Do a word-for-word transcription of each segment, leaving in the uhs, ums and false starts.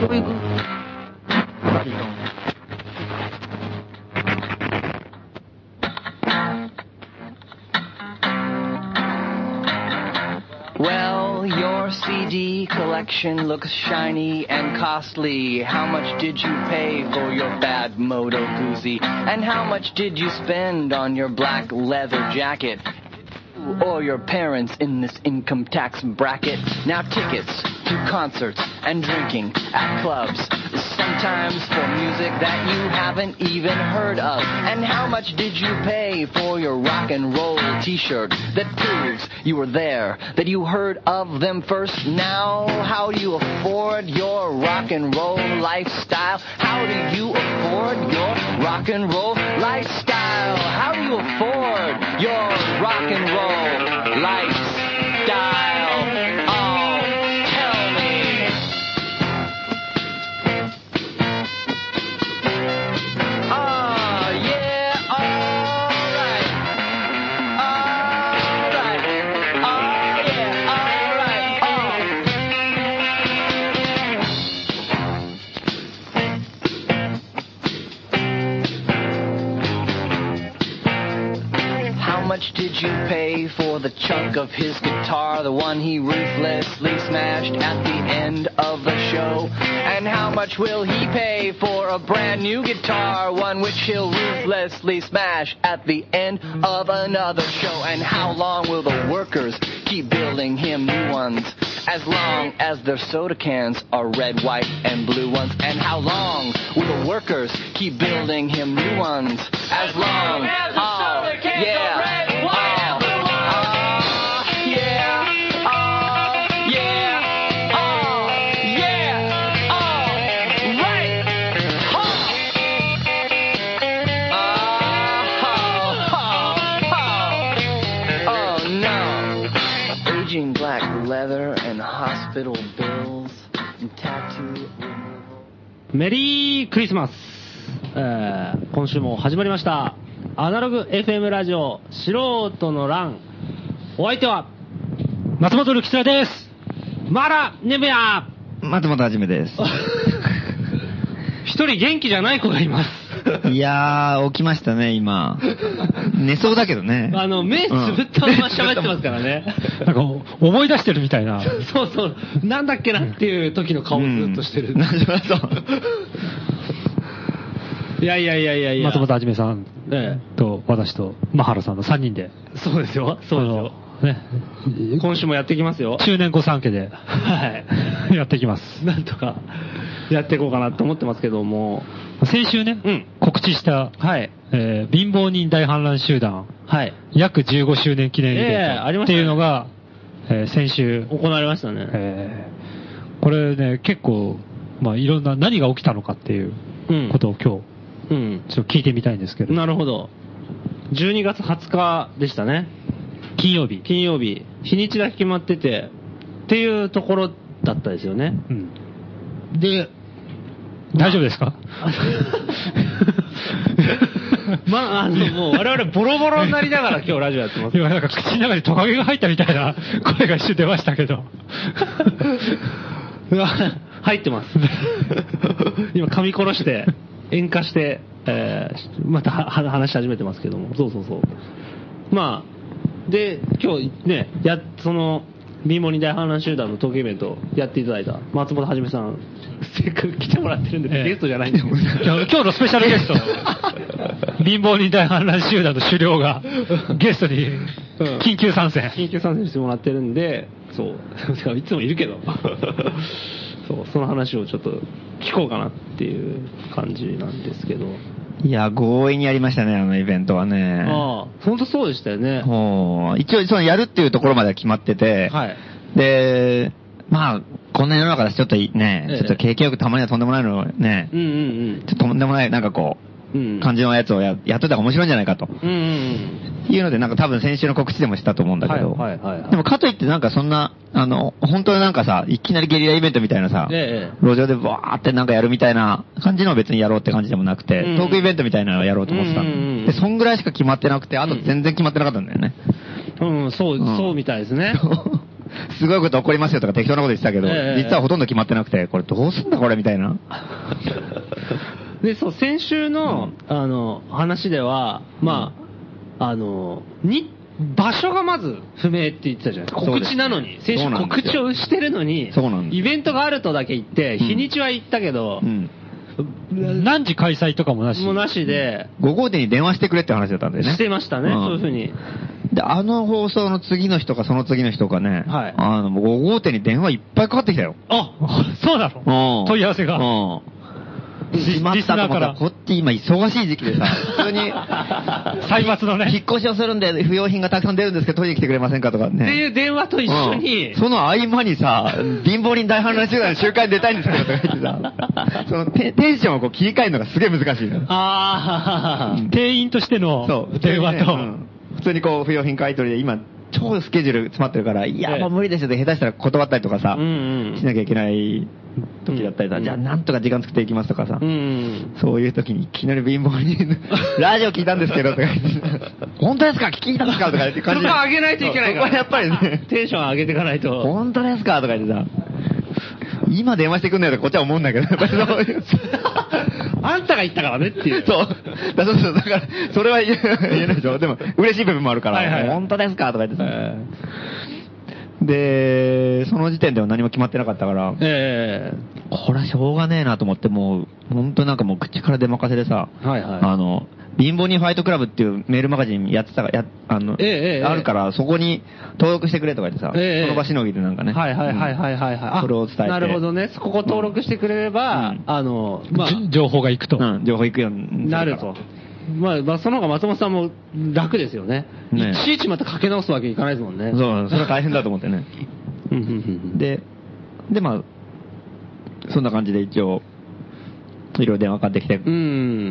そういうこと。バリトン。Well, your C D collection looks shiny and costly. How much did you pay for your bad Moto Guzzi? And how much did you spend on your black leather jacket? Or your parents in this income tax bracket? Now tickets to concerts and drinking at clubs, sometimes for music that you haven't even heard of. And how much did you pay for your rock and roll t-shirt that proves you were there, that you heard of them first? Now how do you afford your rock and roll lifestyle? How do you afford your rock and roll lifestyle? How do you afford your rock and roll lifestyle? Oh, tell me. Oh, yeah, alright. Alright. Oh, yeah, alright. Oh. How much did you pay for the chunk of his guitar, the one he ruthlessly smashed at the end of the show? And how much will he pay for a brand new guitar, one which he'll ruthlessly smash at the end of another show? And how long will the workers keep building him new ones, as long as their soda cans are red, white, and blue ones? And how long will the workers keep building him new ones, as long as the soda cans are red, white, and blue ones? Black leather and hospital bills and tattoo removal. メリークリスマス、えー、今週も始まりましたアナログ エフエム ラジオ素人の欄。お相手は松本るきつらです。マラネブヤ松本はじめです。 一人元気じゃない子がいます。 いやー、起きましたね、今。寝そうだけどね。 あの、目つぶったまま喋ってますからね。 なんか、思い出してるみたいな。 そうそう。なんだっけなっていう時の顔をずっとしてる。 うん、そう。 いやいやいやいやいや。 松本はじめさんと私とマハラさんのさんにんで。 そうですよ。そうですよ。ね。今週もやっていきますよ。 中年御三家で。 はい。 やっていきます。 なんとか、やっていこうかなと思ってますけども。 先週ね、うん、告知した、 はい、 えー、貧乏人大反乱集団、 はい、 約じゅうごしゅうねん記念イベント、 えーね、 っていうのが、えー、先週行われましたね、 えー。これね、結構、まあ、いろんな何が起きたのかっていうことを今日、うん、ちょっと聞いてみたいんですけど。 なるほど。じゅうにがつはつかでしたね。 金曜日。 金曜日。日にちだけ決まってて、っていうところだったですよね。 うん、で、大丈夫ですか？ まあ、あの、もう我々ボロボロになりながら今日ラジオやってます。 今なんか口の中にトカゲが入ったみたいな声が一瞬出ましたけど。 入ってます。今噛み殺して、塩化して、えー、また話し始めてますけども。そうそうそう。まあ、で、今日ね、や、その、貧乏人大反乱集団のトークイベントやっていただいた松本はじめさん、せっかく来てもらってるんで、ええ、ゲストじゃないんですけど今日のスペシャルゲスト貧乏人大反乱集団の首領がゲストに緊急参戦、 うん、緊急参戦してもらってるんで、そういつもいるけどそうその話をちょっと聞こうかなっていう感じなんですけど。 いや、強引にやりましたね、あのイベントはね。 ああ、本当そうでしたよね。 一応、そのやるっていうところまでは決まってて、 はい。 で、まあ、こんな世の中だし、ちょっとね、ええ、ちょっと景気よくたまにはとんでもないのね、 うんうんうん、 ちょっととんでもない、なんかこう、うん、感じのやつを や, やっといた方が面白いんじゃないかと。 うんうんうんいうので、なんか多分先週の告知でもしたと思うんだけど、はいはいはいはい、でもかといってなんかそんな、あの、本当になんかさ、いきなりゲリライベントみたいなさ、ええ、路上でバーってなんかやるみたいな感じのを別にやろうって感じでもなくて、うん、トークイベントみたいなのをやろうと思ってた、うんうんうん、で、そんぐらいしか決まってなくて、あと全然決まってなかったんだよね。 うん、うん、そう、そうみたいですね。 すごいこと起こりますよとか適当なこと言ってたけど、えー、実はほとんど決まってなくて、これどうすんだこれみたいな。 で、そう、先週の、うん、あの、話では、まあ、あの、に、場所がまず不明って言ってたじゃないですか。告知なのに。先週告知をしてるのに、イベントがあるとだけ言って、日にちは言ったけど、うんうん、何時開催とかもなし。 もなしで。 ご号店に電話してくれって話だったんだよね。 してましたね、うん、そういうふうに。 で、あの放送の次の日とかその次の日とかね、はい、あの、ご号店に電話いっぱいかかってきたよ。 あ、そうなの、うん、問い合わせが。うんしまったと思ったら、こっち今忙しい時期でさ、普通に、 歳末のね。 引っ越しをするんで不要品がたくさん出るんですけど、取りに来てくれませんかとかね。 っていう電話と一緒に、 うん、その合間にさ、貧乏人大反乱集団の集会に出たいんですけどとか言ってさ、そのテンションをこう切り替えるのがすげえ難しいの。 ああ、うん、店員としての電話と、 ねうん。普通にこう不要品買い取りで今、超スケジュール詰まってるから、いや、もう無理ですよって下手したら断ったりとかさ、うんうん、しなきゃいけない時だったりさ、うん、じゃあなんとか時間作っていきますとかさ、うん、そういう時にいきなり貧乏に、ラジオ聞いたんですけどとか言って、本当ですか聞いたんですかとか言って感じで。 そこは上げないといけないから。 そこはやっぱりね、 テンション上げていかないと。 本当ですかとか言ってさ、今電話してくんないとこっちは思うんだけど、やっぱりそういう。 あんたが言ったからねっていう。 そう。だそうそうだから、それは言えないでしょ。でも、嬉しい部分もあるから、はいはい、本当ですかとか言ってさ。で、その時点では何も決まってなかったから、えー、これはしょうがねえなと思って、もう、本当なんかもう口から出任せでさ、はいはい、あの、貧乏人ファイトクラブっていうメールマガジンやってたや、あの、えー、あるから、そこに登録してくれとか言ってさ、えー、その場しのぎでなんかね。 はいはいはいはいはい、はい。 それを伝えて。 なるほどね。そこ登録してくれれば、うん、あの、 まあ、情報が行くと。 うん、情報行くようになると。まあ、まあ、その方が松本さんも楽ですよね。ねいちいちまたかけ直すわけにいかないですもんね。 そう、それは大変だと思ってね。で、で、まあ、そんな感じで一応、いろいろ電話かかってきて、うん、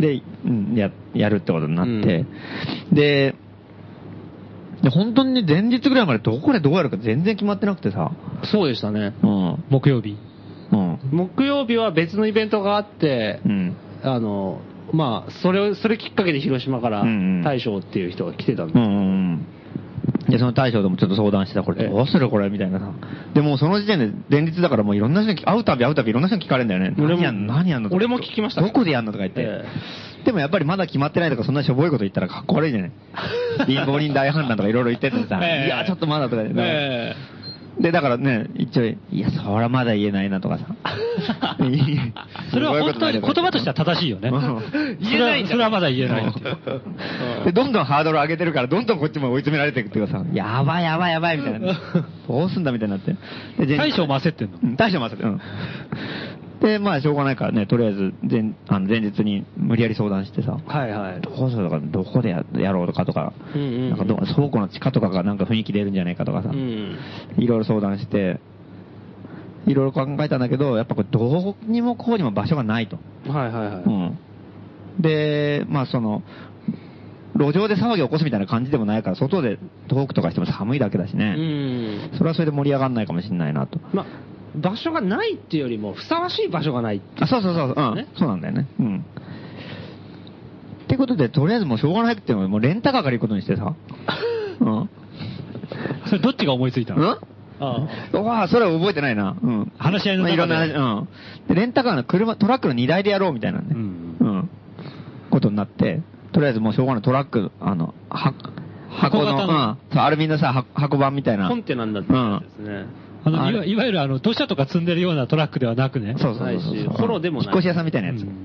で、うん、や、やるってことになって、うん、で、で、本当に前日ぐらいまでどこでどうやるか全然決まってなくてさ。 そうでしたね。 うん。木曜日。 うん。木曜日は別のイベントがあって、うん、あの、まあ、それを、それきっかけで広島から大将っていう人が来てたんで。うんうんうんで、その大将ともちょっと相談してた、これ、どうするこれみたいなさ。でもその時点で前日だからもういろんな人に、会うたび会うたびいろんな人に聞かれるんだよね。何やんの何やんの俺も聞きました。 どこでやんのとか言って。えー、でもやっぱりまだ決まってないとか、そんなしょぼいこと言ったらかっこ悪いじゃない。貧乏人大反乱とかいろいろ言っててさ、えー、いや、ちょっとまだとか言って。えーで、だからね、一応、いや、そりゃまだ言えないなとかさ。 それは本当に言葉としては正しいよね。言えないんだ。それはまだ言えない。 で、どんどんハードル上げてるから、どんどんこっちも追い詰められていくっていうかさ、やばいやばいやばいみたいな。どうすんだみたいになって。 大将も焦ってんの？ うん、大将も焦ってる。うんで、まあ、しょうがないからね、とりあえず前、あの前日に無理やり相談してさ、はいはい。どうするとか、どこで や, やろうとかとか、うんうんうん、なんかど倉庫の地下とかがなんか雰囲気出るんじゃないかとかさ、うん、いろいろ相談して、いろいろ考えたんだけど、やっぱこれどうにもこうにも場所がないと。はいはいはい。うん。で、まあその、路上で騒ぎを起こすみたいな感じでもないから、外でトークとかしても寒いだけだしね。うん。それはそれで盛り上がらないかもしれないなと。 ま場所がないっていうよりも、ふさわしい場所がないっていう、ね。 あ、そうそうそう、うん。そうなんだよね。うん。ってことで、とりあえずもうしょうがないっていうのは、もうレンタカーから行くことにしてさ。うん。 それどっちが思いついたの？うんああ。わあ、それは覚えてないな。うん。 話し合いの中で。 まあ、いろんな話、うん。で、レンタカーの車、トラックの荷台でやろうみたいなね。うん。うん。ことになって、とりあえずもうしょうがないトラック、あの、は、箱の、箱のうん。そう、アルミのさ、箱版みたいな。 コンテナになってるやつですね。うんあのいわいわゆるあの土砂とか積んでるようなトラックではなくね。 そうそうそうそう。 ホロでもない。 引っ越し屋さんみたいなやつ。うんうん、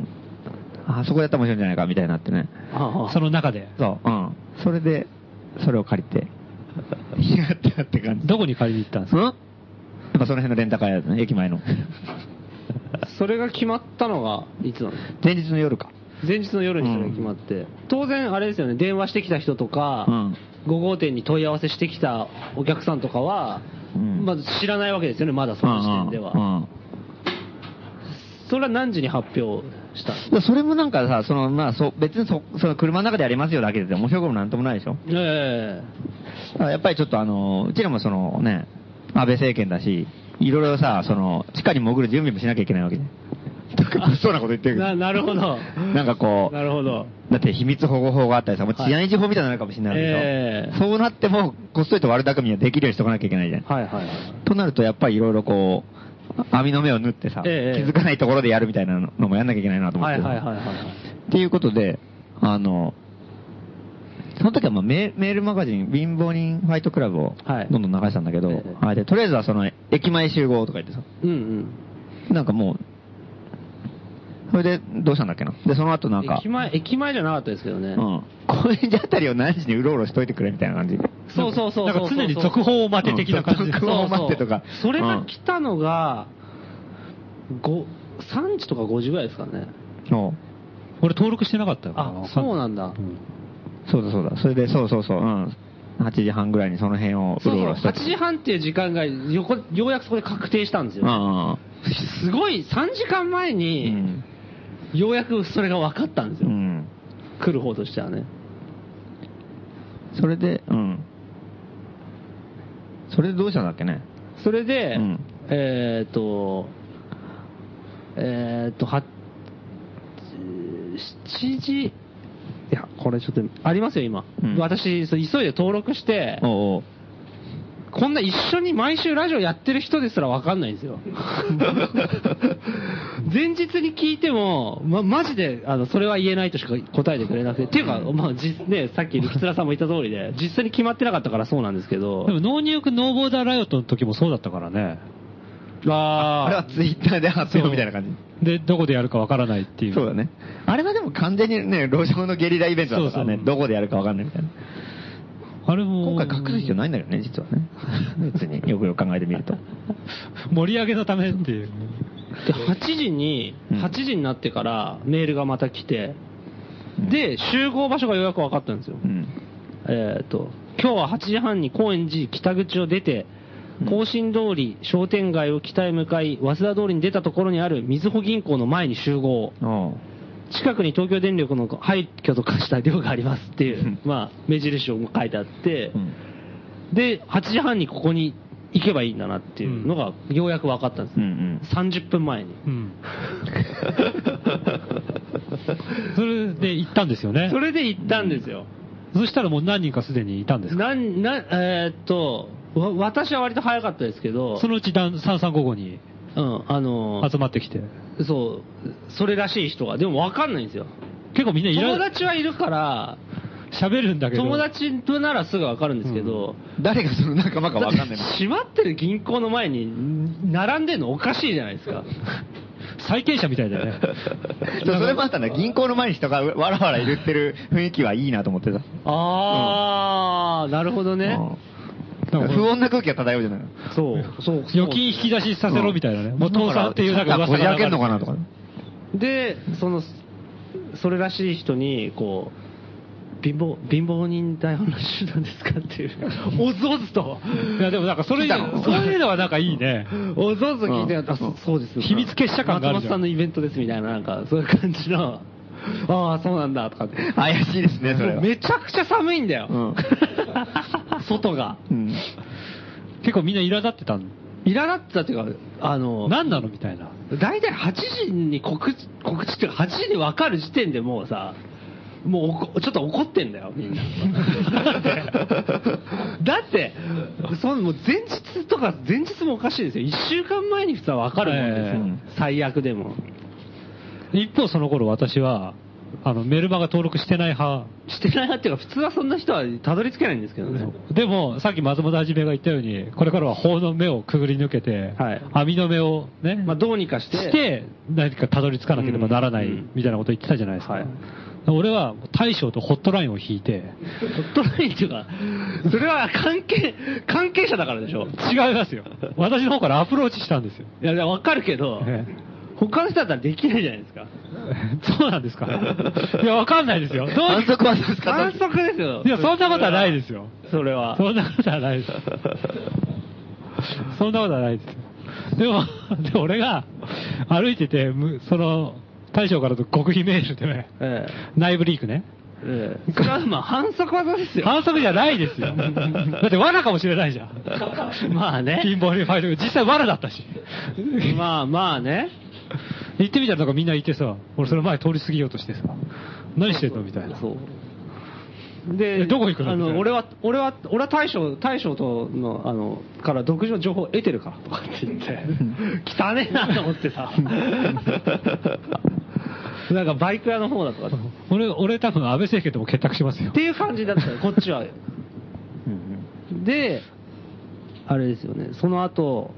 あそこやったら面白いんじゃないかみたいになってね。 その中で。 そう。うん。それで、それを借りて、やったって感じ。 どこに借りに行ったんですか？うん？やっぱその辺のレンタカーやつね、駅前の。 それが決まったのが、いつなの？ 前日の夜か。 前日の夜にそれが決まって。うん、当然、あれですよね、電話してきた人とか、うん、ご号店に問い合わせしてきたお客さんとかは、うん、まず知らないわけですよね、まだその時点では。うんうん、それは何時に発表したの？ それもなんかさ、その、まあ、そ別にそ、その車の中でやりますよだけで面白いことなんともないでしょ。ええー。やっぱりちょっとあの、うちらもそのね、安倍政権だし、いろいろさ、その、地下に潜る準備もしなきゃいけないわけで。 とか物騒なこと言ってるけど。 な、なるほど。 なんかこう。 なるほど。 だって秘密保護法があったりさ、もう治安維持法みたいになるかもしれないけど、えー、そうなっても、こっそりと悪巧みはできるようにしとかなきゃいけないじゃん。はいはいはい。となると、やっぱりいろいろこう、網の目を縫ってさ、えー、気づかないところでやるみたいなのもやんなきゃいけないなと思って。はいはいはいはい。っていうことで、あの、その時はまあメールマガジン、貧乏人ファイトクラブをどんどん流してたんだけど、はい、あれでとりあえずはその駅前集合とか言ってさ、うんうん、なんかもう、それでどうしたんだっけな。で、その後なんか。 駅前、駅前じゃなかったですけどね。うん。 高円寺あたりを何時にうろうろしといてくれみたいな感じ。 そうそうそうそう。 なんか常に続報を待て的な感じで。 続報を待ってとか。 それが来たのが、ご、さんじとかごじぐらいですかね。 うん。俺登録してなかったよ。 あ、そうなんだ。うん、 そうだそうだ。それで、そうそうそう。うん。はちじはんぐらいにその辺をうろうろして。 はちじはんっていう時間がよこようやくそこで確定したんですよ、ね。あすごい、さんじかんまえに、うんようやくそれが分かったんですよ。うん、来る方としてはね。 それで、うん。それでどうしたんだっけね。 それで、うん、えっと、えー、っと、は、しちじ、いや、これちょっと、ありますよ、今。うん、私、急いで登録して、おうおうこんな一緒に毎週ラジオやってる人ですら分かんないんですよ。前日に聞いても、ま、マジで、あの、それは言えないとしか答えてくれなくて。っていうか、まあ、実、ね、さっき、ルキツラさんも言った通りで、実際に決まってなかったからそうなんですけど。 でも、ノーニュークノーボーダーライオットの時もそうだったからね。 ああ。あれはツイッターで発表みたいな感じ。で、どこでやるか分からないっていう。 そうだね。あれはでも完全にね、路上のゲリライベントだったからね、そうそうどこでやるか分かんないみたいな。あれも今回隠す必要ないんだよね、実はね。別によくよく考えてみると。 盛り上げのためっていう。 で、はちじに、はちじになってからメールがまた来て、うん、で、集合場所がようやく分かったんですよ。うん、えっと、今日ははちじはんに高円寺北口を出て、庚申通り商店街を北へ向かい、早稲田通りに出たところにあるみずほ銀行の前に集合。近くに東京電力の廃墟と化した寮がありますっていう、うん、まあ、目印を書いてあって、うん、で、はちじはんにここに行けばいいんだなっていうのが、ようやく分かったんです。うんうん、さんじゅっぷんまえに。うん、 それで行ったんですよね。 それで行ったんですよ。 うん、そしたらもう何人かすでにいたんですか？ ななえー、っと、私は割と早かったですけど、 そのうちさんさんごごに。 うん、あのー、 集まってきて。 そう、それらしい人が。でも分かんないんですよ。 結構みんないる。 友達はいるから、 喋るんだけど。 友達とならすぐ分かるんですけど、 うん、誰がその仲間か分かんない。 閉まってる銀行の前に並んでるのおかしいじゃないですか。 債権者みたいだよね。 それもあったんだ。銀行の前に人がわらわらいるってる雰囲気はいいなと思ってた。 あー、うん、なるほどね。 不穏な空気が漂うじゃないの。 そう。そう。 預金引き出しさせろみたいなね。うん、もう倒産っていうなんか噂が。こじ開けんのかなとか。 で、その、それらしい人に、こう、貧乏、貧乏人大本の集団ですかっていう。おずおずと。 いやでもなんかそれ、そういうのはなんかいいね。 おずおず聞いて、うん、あ、そうです。 秘密結社感がある。 松本さんのイベントですみたいな、なんか、そういう感じの。ああ、そうなんだ、とかって。 怪しいですね、それは。 めちゃくちゃ寒いんだよ。うん、外が、うん。 結構みんな苛立ってたん苛立ってたっていうか、あの、 何なのみたいな。 大体はちじに告知、告知っていうか、はちじに分かる時点でもうさ、もうちょっと怒ってんだよ、みんな。だって、そのもう前日とか、前日もおかしいですよ。いっしゅうかんまえに普通は分かるもんですよ。えー、最悪でも。 一方その頃私は、あの、メルマガ登録してない派。 してない派っていうか、普通はそんな人はたどり着けないんですけどね。 でも、さっき松本はじめが言ったように、これからは法の目をくぐり抜けて、はい、網の目をね、 まあどうにかして、 して、何かたどり着かなければならない、みたいなこと言ってたじゃないですか。はい、俺は大将とホットラインを引いて、 ホットラインっていうか、それは関係、関係者だからでしょ。 違いますよ。私の方からアプローチしたんですよ。 いや、わかるけど、ええ、他の人だったらできないじゃないですか。 そうなんですか。いや、わかんないですよ。 反則はですか？ 反則ですよ。 いや、そんなことはないですよ。 それは。 そんなことはないです。そんなことはないですよ。でも、で俺が歩いてて、その、大将からと極秘メールでね、ええ、内部リークね。 ええ。それはまあ反則技ですよ。 反則じゃないですよ。だって罠かもしれないじゃん。 まあね。 ピンボールファイル、実際罠だったし。 まあまあね。 い行ってみたらなんかみんないてさ、俺その前通り過ぎようとしてさ、何してんのみたいな。 そう。で、 どこ行くのあの、俺は、俺は、俺は大将、大将との、あの、から独自の情報を得てるからとかって言って、汚ねえなと思ってさ。なんかバイク屋の方だとか。 俺、俺多分安倍政権とも結託しますよ。 っていう感じだったよ、こっちは。で、あれですよね、その後、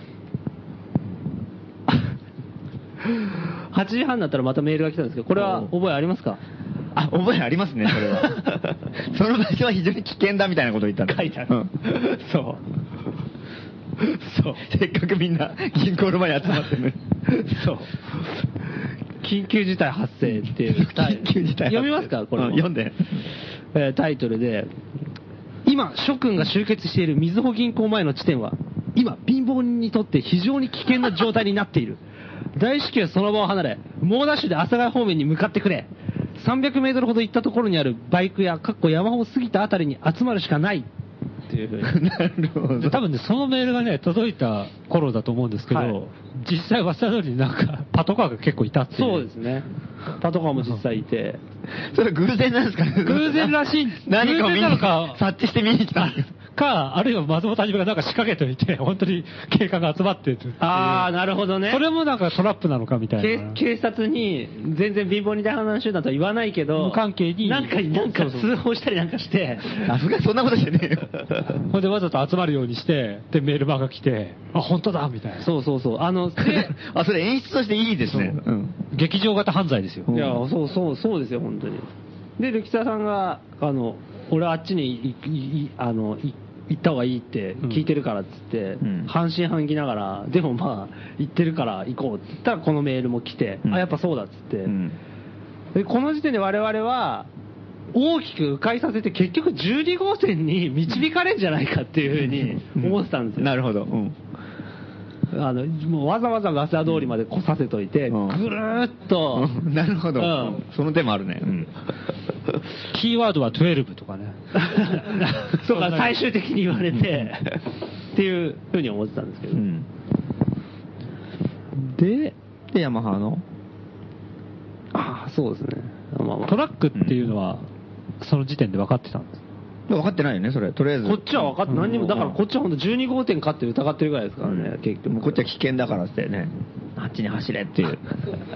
はちじはんになったらまたメールが来たんですけど、これは覚えありますか？ あ、覚えありますね、それは。その場所は非常に危険だみたいなことを言ったの。 書いてある。うん、そう。そう。 せっかくみんな銀行の前に集まってる。 そう。緊急事態発生っていう。 緊急事態発生。 読みますかこれ、 うん。読んで。 えー、タイトルで、今、諸君が集結しているみずほ銀行前の地点は、今、貧乏人にとって非常に危険な状態になっている。大至急はその場を離れ、猛ダッシュで阿佐ヶ谷方面に向かってくれ。さんびゃくメートルほど行ったところにあるバイクや、かっこ山を過ぎたあたりに集まるしかない。っていうふうに。なるほど。多分ね、そのメールがね、届いた頃だと思うんですけど、はい、実際、早稲田通りになんか、パトカーが結構いたっていう。 そうですね。パトカーも実際いて。 それ偶然なんですかね。 偶然らしい。 何かを見に察知して見に来た。 か、あるいは松本はじめがなんか仕掛けておいて、本当に警官が集まってる。 ああ、なるほどね。 それもなんかトラップなのかみたいな。 警察に、全然貧乏人大反乱集団とは言わないけど、 無関係に。 なんか、なんか通報したりなんかして。 さすがそんなことしてねえよ。 ほんでわざと集まるようにして、で、メールマガ来て、あ、本当だみたいな。 そうそうそう。あの、で、 あ、それ演出としていいですね。 うん。劇場型犯罪ですよ。 いや、そうそう、そうですよ、本当に。で、ルキサさんが、あの、俺あっちにい、い、あの、い、行った方がいいって聞いてるからっつって、うん、半信半疑ながら、でもまあ、行ってるから行こうって言ったらこのメールも来て、うん、あ、やっぱそうだっつって、うん、で、この時点で我々は、大きく迂回させて結局じゅうに号線に導かれんじゃないかっていうふうに思ってたんですよ。 なるほど。うんあのもうわざわざ早稲田通りまで来させといて、うん、ぐるーっと、 うん、なるほど、うん、その手もあるね、うん、 キーワードはじゅうにとかねそうか最終的に言われてっていうふうに思ってたんですけど、うん、 ででヤマハのああそうですね、 まあまあ、トラックっていうのは、その時点で分かってたんです。 分かってないよね、それ。とりあえず。 こっちは分かって、何にも、だからこっちは本当じゅうに号店かって疑ってるぐらいですからね、うん、結局。 こっちは危険だからってね、あっちに走れっていう。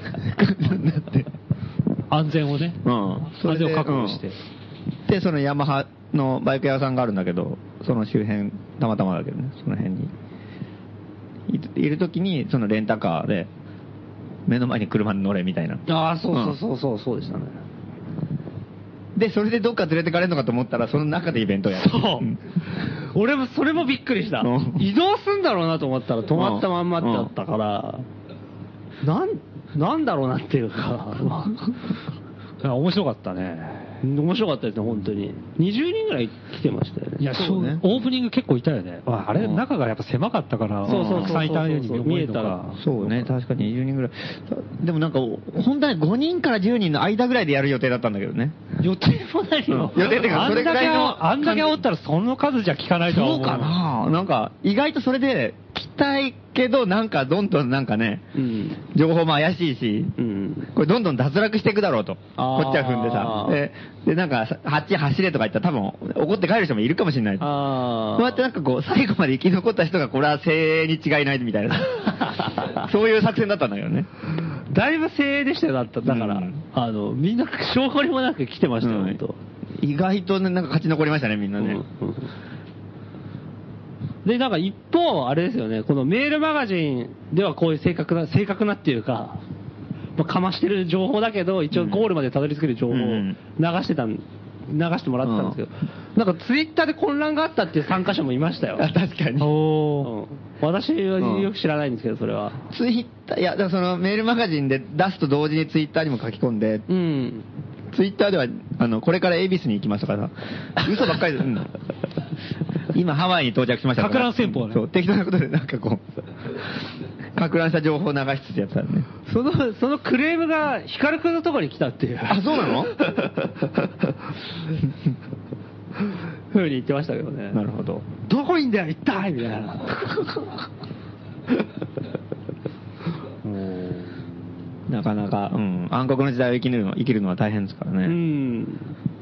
安全をね、うん、安全を確保して、 うん。で、そのヤマハのバイク屋さんがあるんだけど、その周辺、たまたまだけどね、その辺に。い, いるときに、そのレンタカーで、目の前に車に乗れみたいな。 ああ、そうそうそうそう、そうでしたね。 で、それでどっか連れてかれるのかと思ったら、その中でイベントをやる。 そう。うん、俺もそれもびっくりした。移動すんだろうなと思ったら、止まったまんまだったから、なん、なんだろうなっていうか、 面白かったね。 面白かったですね、本当に。にじゅうにんぐらい来てましたよね。 いや、そうね。オープニング結構いたよね。あれ、中がやっぱ狭かったから、 そうそうそう。 最短ように見えたら。 そうね、確かににじゅうにんぐらい。でもなんか、本当はごにんからじゅうにんの間ぐらいでやる予定だったんだけどね。 予定も何も。 予定ってか、それぐらいの。 あんだけおったらその数じゃ効かないと思う。 そうかな。なんか、意外とそれで、来たいけど、なんかどんどんなんかね、うん、情報も怪しいし、うん、これどんどん脱落していくだろうと。こっちは踏んでさ。で、でなんか、あっち走れとか言ったら多分、怒って帰る人もいるかもしれない。こうやってなんかこう、最後まで生き残った人がこれは精鋭に違いないみたいな。そういう作戦だったんだけどね。 だいぶ精鋭でしたよ、だった。だから、うん、あの、みんな証拠にもなく来てましたよ、うん、と。 意外とね、なんか勝ち残りましたね、みんなね。うんうんで、なんか一方、あれですよね、このメールマガジンではこういう正確な、正確なっていうか、まあ、かましてる情報だけど、一応ゴールまでたどり着ける情報を流してたん、流してもらってたんですけど、うん、なんかツイッターで混乱があったっていう参加者もいましたよ。 確かに。 おうん、私はよく知らないんですけど、それは。 ツイッター、いや、だからそのメールマガジンで出すと同時にツイッターにも書き込んで、うん、ツイッターでは、あの、これから恵比寿に行きますとかさ、嘘ばっかりで、うん今ハワイに到着しましたから。 かく乱戦法ね。 そう、適当なことでなんかこう、かく乱した情報を流しつつやってたね。 その、そのクレームがヒカルくんのところに来たっていう。 あ、そうなのふうに言ってましたけどね。 なるほど。 どこにいんだよ、一体みたいな。 なかなか、うん、暗黒の時代を生きるの生きるのは大変ですからね。 うん。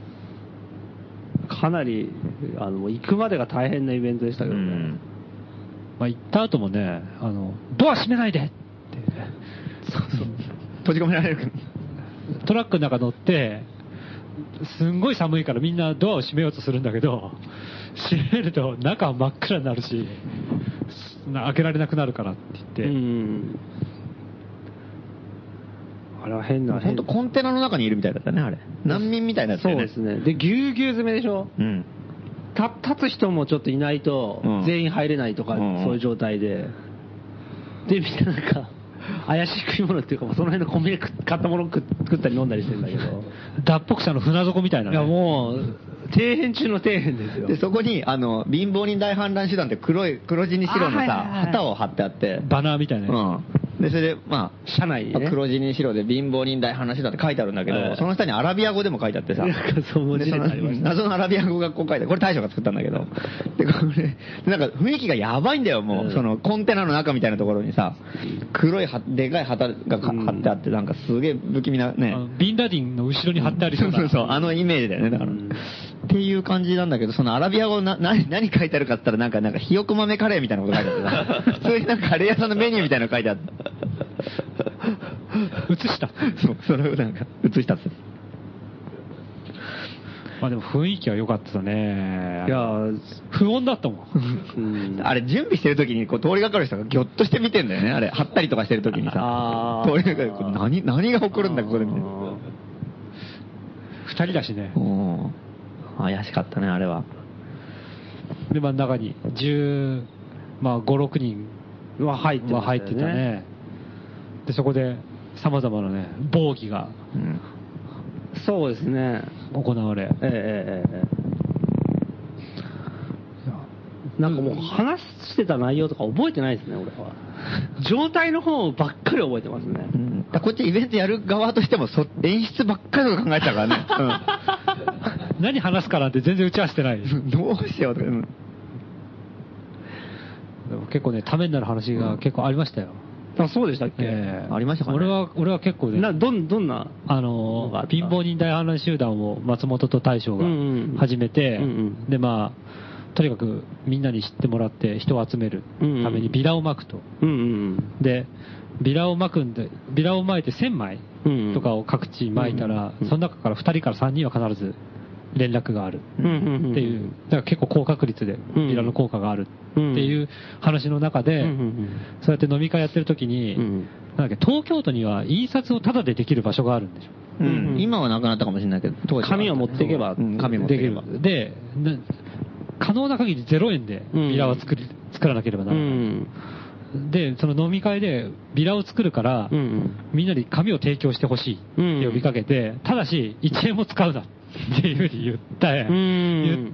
かなり、あの、行くまでが大変なイベントでしたけどね。うん、 まあ、行った後もね、あの、ドア閉めないでって、ね、 そうそう。閉じ込められる。 トラックの中乗って、すんごい寒いからみんなドアを閉めようとするんだけど、閉めると中は真っ暗になるし、開けられなくなるからって言って。うん、 あれは変な。 本当コンテナの中にいるみたいだったね、あれ。難民みたいなやつだよね。 そうですね。で、ぎゅうぎゅう詰めでしょ。うん。た立つ人もちょっといないと、全員入れないとか、うん、そういう状態で。で、みんななんか、怪しい食い物っていうか、その辺の米で買ったものを食ったり飲んだりしてるんだけど。 脱北者の船底みたいな、ね。 いや、もう、底辺中の底辺ですよ。 で、そこに、あの、貧乏人大反乱手段って黒い、黒地に白のさ、旗を貼ってあって。 バナーみたいな、ね。 うん。で、それで、まあ、 車内に、ね、 黒地に白で貧乏人大反乱手段って書いてあるんだけど、その下にアラビア語でも書いてあってさ。 そう文字でありました。 謎のアラビア語がこう書いてある。これ大将が作ったんだけど。で、これ、なんか雰囲気がやばいんだよ、もう。うん、その、コンテナの中みたいなところにさ、黒いは、でかい旗が貼ってあって、なんかすげえ不気味なね。 ビンラディンの後ろに貼ってありそうな。 そうそう、あのイメージだよね、だから。うん、っていう感じなんだけど、そのアラビア語な、何、何書いてあるかって言ったら、なんか、なんか、ひよこ豆カレーみたいなこと書いてあってさ、普通になんかカレー屋さんのメニューみたいなの書いてあって。 映したそう、それをなんか、映したっす。 まあでも雰囲気は良かったね。 いや不穏だったもん。あれ、準備してる時にこう通りがかる人がギョッとして見てんだよね。あれ、貼ったりとかしてる時にさ。通りがかる。何、何が起こるんだ、ここでみたいな。 二人だしね。 怪しかったね、あれは。 で、真ん中に十、まあ五、六人は入ってたね。入ってたね。で、そこで様々なね、防儀が、うん、 そうですね。 行われ。ええええええ。なんかもう話してた内容とか覚えてないですね、俺は。状態の方ばっかり覚えてますね。 うん、こっちイベントやる側としてもそ演出ばっかり考えてたからね。 うん、何話すかなんて全然打ち合わせてない。 どうしようとか、うん、 でも結構ね、ためになる話が結構ありましたよ。 あ、そうでしたっけ、 えー、ありましたかね。 俺は、俺は結構ね。 な、どん、どんなあの、貧乏人大反乱集団を松本と大将が始めて、うんうん、で、まあ、とにかくみんなに知ってもらって人を集めるためにビラを巻くと。うんうん、で、ビラを巻くんで、ビラを巻いてせんまいとかを各地巻いたら、うんうん、その中からふたりからさんにんは必ず連絡があるっていう、だから結構高確率でビラの効果があるっていう話の中で、そうやって飲み会やってる時に、なんだっけ、東京都には印刷をタダでできる場所があるんでしょ。 うんうん、今はなくなったかもしれないけど、 当時紙を持っていけば、 うん、紙持っていけば。 で、可能な限りゼロえんでビラは作り、うん、作らなければならない。うんで、その飲み会でビラを作るから、うんうん、みんなに紙を提供してほしいって呼びかけて、うん、ただしいちえんも使うなっていうふうに言った、うん、言って、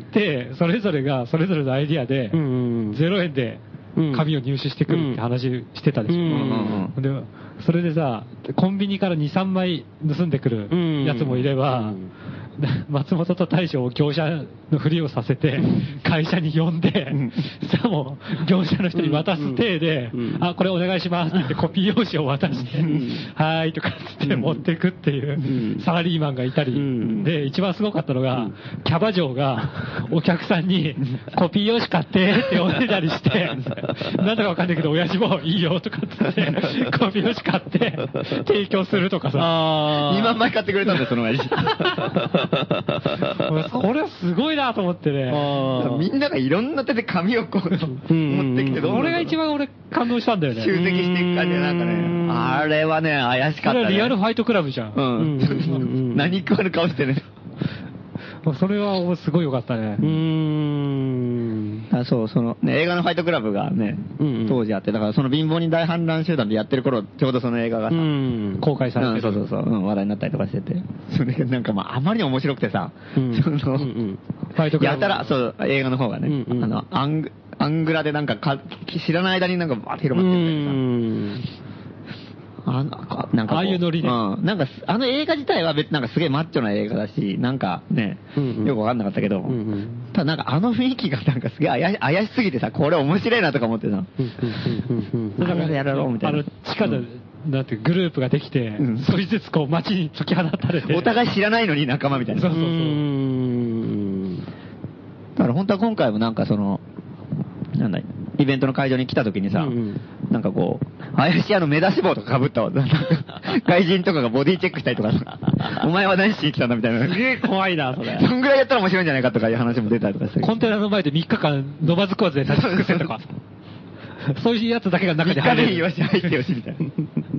それぞれがそれぞれのアイディアで、ゼロえんで紙を入手してくるって話してたでしょ。うんうん、でそれでさ、コンビニからに、さんまい盗んでくるやつもいれば、うんうん松本と大将を業者のふりをさせて、会社に呼んで、さも業者の人に渡す体で、あ、これお願いしますって言ってコピー用紙を渡して、はーいとかって持っていくっていうサラリーマンがいたり、で、一番すごかったのが、キャバ嬢がお客さんにコピー用紙買ってっておねだりして、なんだかわかんないけど、親父もいいよとかって言って、コピー用紙買って提供するとかさ。 にまんまい買ってくれたんだよ、その親父。 これはすごいなと思ってね。 みんながいろんな手で紙をこう、持ってきて、 これが一番俺感動したんだよね。 集積していく感じでなんかね。あれはね、怪しかったね。 それはリアルファイトクラブじゃん。うん。 何食わぬ顔してね。 それはすごい良かったね。うーん。あ、そう、その、ね、映画のファイトクラブがね、うんうん、当時あって、だからその貧乏人大反乱集団でやってる頃、ちょうどその映画がさ、うん、 公開されてる、 うん。そうそうそう、うん、話題になったりとかしてて。それなんかまあ、あまりに面白くてさ、うん、その、うんうん、ファイトクラブ。やたら、そう、映画の方がね、うんうん、あの、アング、アングラでなんかか、知らない間になんかバーって広まっててさ、うんあなんかああいうノリで、 うん、なんかあの映画自体は別になんかすげえマッチョな映画だし、なんかね、うんうん、よくわかんなかったけど、うんうん、ただなんかあの雰囲気がなんかすげえ怪し、怪しすぎてさ、これ面白いなとか思ってさ、だからやろうみたいな。 あの地下でなんてグループができて、うん、少しずつこう街に解き放たれて。 お互い知らないのに仲間みたいな。 そうそうそう。 だから本当は今回もなんかその、なんだい、イベントの会場に来た時にさ、うんうん、なんかこう、怪しいあの目出し帽とか被ったわ。外人とかがボディチェックしたりとかさ、お前は何しに来たんだみたいな。 すげえ怖いな、それ。 そんぐらいやったら面白いんじゃないかとかいう話も出たりとかして。 コンテナの前でみっかかん飲まず食わずで立ち尽くせとか。そういうやつだけが中に入れる。 みっかでよし、入ってよし、みたいな。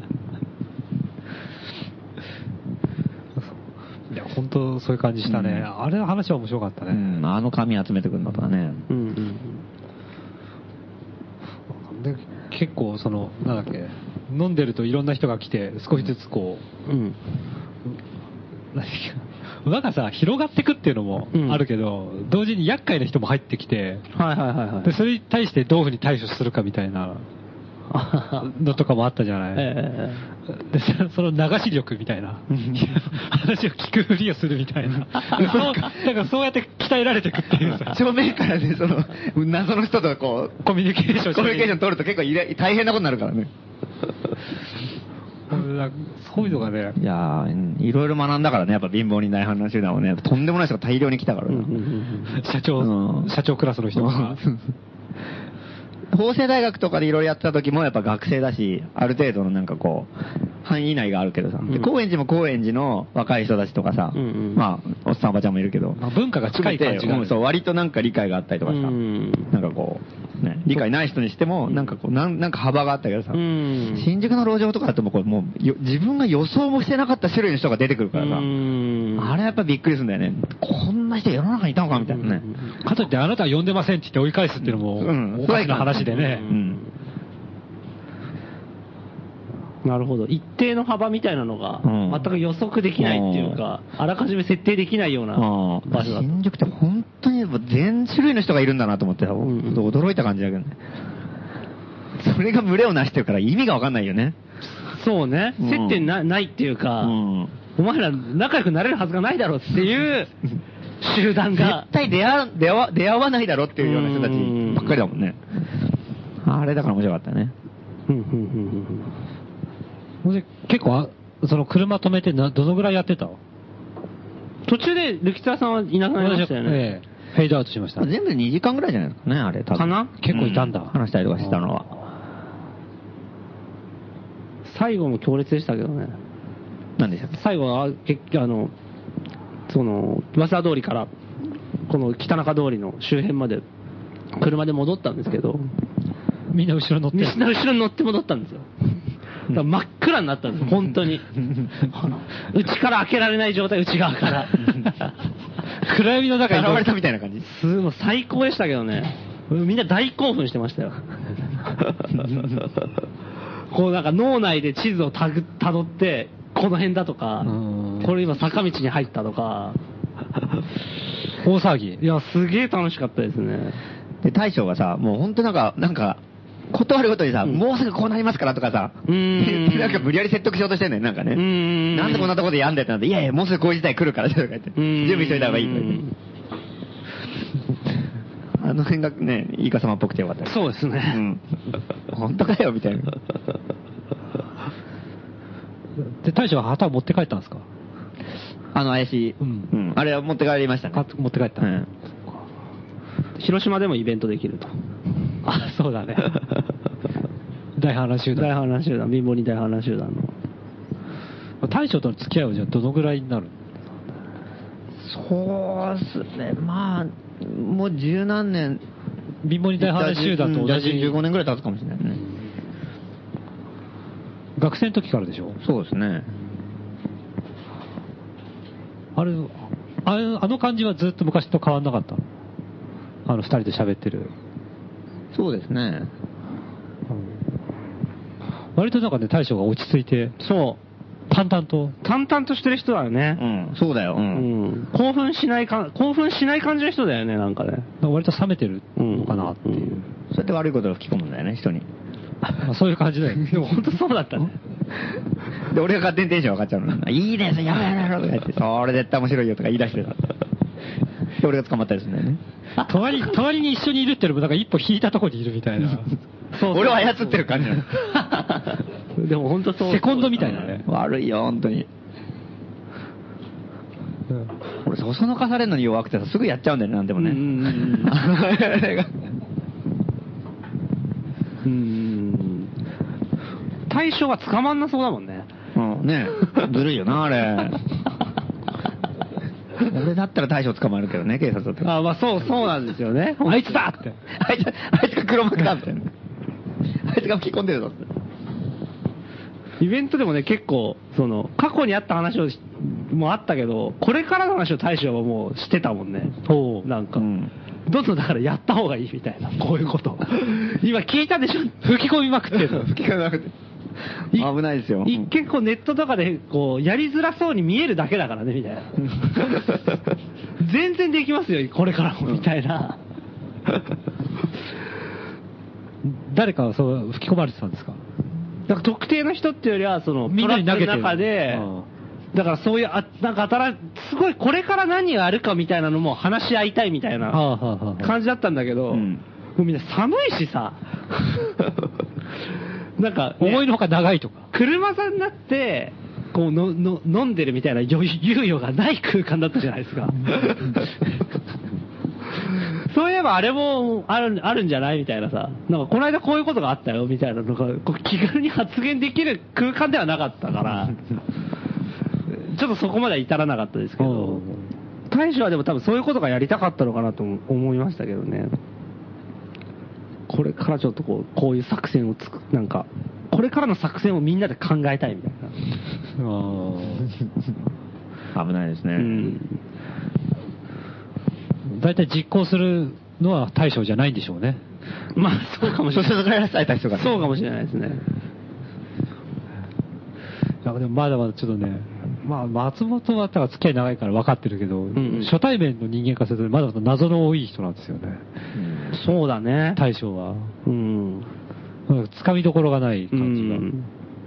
いや、本当そういう感じしたね。うん、あれの話は面白かったね。 うん、あの紙集めてくるのとかね。うんうんで結構そのなんだっけ飲んでるといろんな人が来て少しずつこう、うん、なんかさ広がってくっていうのもあるけど、うん、同時に厄介な人も入ってきて、はいはいはいはい、でそれに対してどういうふうに対処するかみたいなのとかもあったじゃない、えー、でその流し力みたいな話を聞くふりをするみたいなそうなんかそうやって鍛えられていくっていうさ正面からねその謎の人とこうコミュニケーションコミュニケーション取ると結構いれ大変なことになるからねそういうのがねいやいろいろ学んだからねやっぱ貧乏人大反乱集団はねとんでもない人が大量に来たからな、うんうんうん、社長、うん、社長クラスの人が法政大学とかでいろいろやってた時もやっぱ学生だし、ある程度のなんかこう、範囲内があるけどさ、うん、で高円寺も高円寺の若い人たちとかさ、うんうん、まあ、おっさんおばちゃんもいるけど、 まあ、文化が近い感じが、 うん、そう、割となんか理解があったりとかさ、うん、なんかこう、ね、理解ない人にしても、なんかこう、なんなんか幅があったけどさ、うん、新宿の路上とかだともうこれもうよ、自分が予想もしてなかった種類の人が出てくるからさ、うん、あれやっぱびっくりするんだよね。こんな人世の中にいたのかみたいなね。 うん、かといってあなたは呼んでませんって言って追い返すっていうのも、うん、おかしな話でね。うんなるほど。一定の幅みたいなのが、全く予測できないっていうか、うん、あらかじめ設定できないような場所だった。 新宿って本当に全種類の人がいるんだなと思って、うん、驚いた感じだけどね。それが群れをなしてるから意味がわかんないよね。 そうね。うん、接点 な, ないっていうか、うん、お前ら仲良くなれるはずがないだろうっていう集団が。 絶対出会出会出会わないだろうっていうような人たちばっかりだもんね。あれだから面白かったね。うんうんうんうんで結構その車止めてなどのぐらいやってたの？ 途中でルキツァさんはいなくなりましたよね。ええ、フェードアウトしました。 全部でにじかんぐらいじゃないですかね、あれ多分。 かな？ 結構いたんだ、うん。 話したりとかしたのは。 最後も強烈でしたけどね。 何でしたっけ？ 最後は結局あのその早稲田通りからこの北中通りの周辺まで車で戻ったんですけど、 みんな後ろ乗って。 みんな後ろに乗って戻ったんですよ。真っ暗になったんです本当に内から開けられない状態内側から暗闇の中に現れたみたいな感じすもう最高でしたけどねみんな大興奮してましたよこうなんか脳内で地図をたぐたどってこの辺だとかこれ今坂道に入ったとか大騒ぎいやすげえ楽しかったですねで大将がさもう本当なんかなんか断るごとにさ、うん、もうすぐこうなりますからとかさ、うーんなんか無理やり説得しようとしてんねん、なんかね。うーんなんでこんなとこでやんでってなって、いやいや、もうすぐこういう時代来るからとか言って、準備しといた方がいいとか言って。あの辺がね、イカ様っぽくてよかった。 そうですね。うん。 本当かよ、みたいな。 で、大将は旗を持って帰ったんですか？ あの怪しい。うん。うん、あれは持って帰りましたね。 持って帰った。うん。 広島でもイベントできると。 あ、そうだね。大反乱集団。 大反乱集団、貧乏人大反乱集団の。大将との付き合いはじゃあどのぐらいになる？ そうですね。まあ、もう十何年。 貧乏人大反乱集団と同じ。 じゅうごねんぐらい経つかもしれないね。 学生の時からでしょ？ そうですね。 あれ、あれあの感じはずっと昔と変わんなかったの？あの二人で喋ってる。 そうですね、 うん、割となんかね大将が落ち着いてそう淡々と淡々としてる人だよね、 うん、そうだよ、うんうん、興奮しないか興奮しない感じの人だよねなんかね割と冷めてるのかなっていう、うんうん、 そうやって悪いことを吹き込むんだよね人にまあそういう感じだよねでも本当そうだったねで俺が勝手にテンション上がっちゃうのいいねそれやめろやめろとか言ってそれ絶対面白いよとか言い出してたで俺が捕まったりするんだよね隣, 隣に一緒にいるっていうのもなんか一歩引いたところにいるみたいな俺を操ってる感じなの。 でも本当そう。 セコンドみたいなね。 悪いよ、本当に。うん、俺、そそのかされるのに弱くてさ、すぐやっちゃうんだよね、なんでもね。うん。 うん。対象が捕まんなそうだもんね。 うん、ねずるいよな、あれ。俺だったら大将捕まるけどね、警察だったら。 あ、まあそう、そうなんですよね。あいつだって。 あいつ、あいつが黒幕だみたいな。あいつが吹き込んでるぞって。 イベントでもね、結構、その、過去にあった話をもあったけど、これからの話を大将はもうしてたもんね。なんか。うん、どんどんだからやった方がいいみたいな、こういうこと。今聞いたでしょ、吹き込みまくってる。 吹き込みまくって。危ないですよ。 一見こうネットとかでこうやりづらそうに見えるだけだからねみたいな。全然できますよこれからもみたいな。 誰かそう吹き込まれてたんですか？ だから特定の人っていうよりはそのみんなに投げてる中で、だからそういうあなんか新すごいこれから何があるかみたいなのも話し合いたいみたいな感じだったんだけど、うん、もうみんな寒いしさ。なんか、ね、 思いのほか長いとか。 車座になって、こうのの飲んでるみたいな猶予がない空間だったじゃないですか。そういえばあれもある、あるんじゃないみたいなさ。なんかこの間こういうことがあったよみたいなのが、こう気軽に発言できる空間ではなかったから、ちょっとそこまでは至らなかったですけど、大将はでも多分そういうことがやりたかったのかなと思いましたけどね。これからちょっとこう、こういう作戦をつく、なんか、これからの作戦をみんなで考えたいみたいな。 あ危ないですね。うん。 大体実行するのは大将じゃないんでしょうね。 まあ、そうかもしれない。 そうそうかもしれないですね。 いやでもまだまだちょっとね、まあ松本は付き合い長いから分かってるけど、うんうん、初対面の人間からするとまだまだ謎の多い人なんですよね。 うん、そうだね。 大将は。うん。つかみどころがない感じが。うん、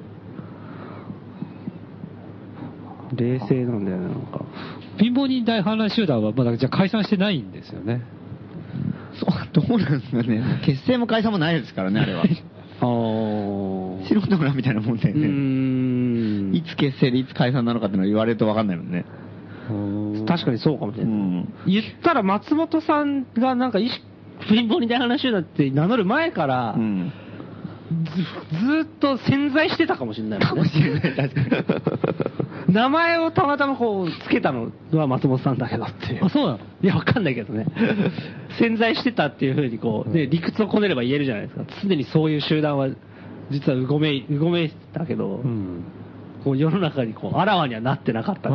冷静なんだよね、なんか。 貧乏人大反乱集団はまだじゃ解散してないんですよね。 そう、どうなんですかね。結成も解散もないですからね、あれは。あ素人村みたいなもんでね。いつ結成でいつ解散なのかってのは言われると分かんないもんね。 確かにそうかもしれない。うん、言ったら松本さんがなんか貧乏人大反乱集団って名乗る前から、うん、ず, ずっと潜在してたかもしれない、ね。かもしれない、確かに。名前をたまたまこうつけたのは松本さんだけどっていう。 あ、そうなの？ いや、わかんないけどね。潜在してたっていうふうにこう、ね、理屈をこねれば言えるじゃないですか。常にそういう集団は実はうごめい、うごめいたけど、うん、こう世の中にこうあらわにはなってなかったっていう。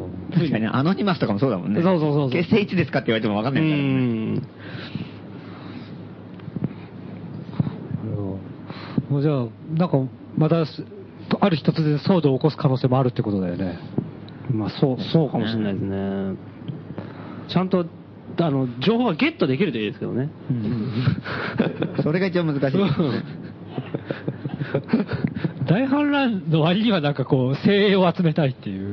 確かにね、アノニマスとかもそうだもんね。 そうそうそうそう。 結成いつですかって言われてもわかんないからね。うんもうじゃあ、なんか、また、ある日突然騒動を起こす可能性もあるってことだよね。 まあ、そう、そうかもしれないですね。ちゃんと、あの、情報がゲットできるといいですけどね。うん、 それが一番難しいですね。 大反乱の割にはなんかこう、精鋭を集めたいっていう。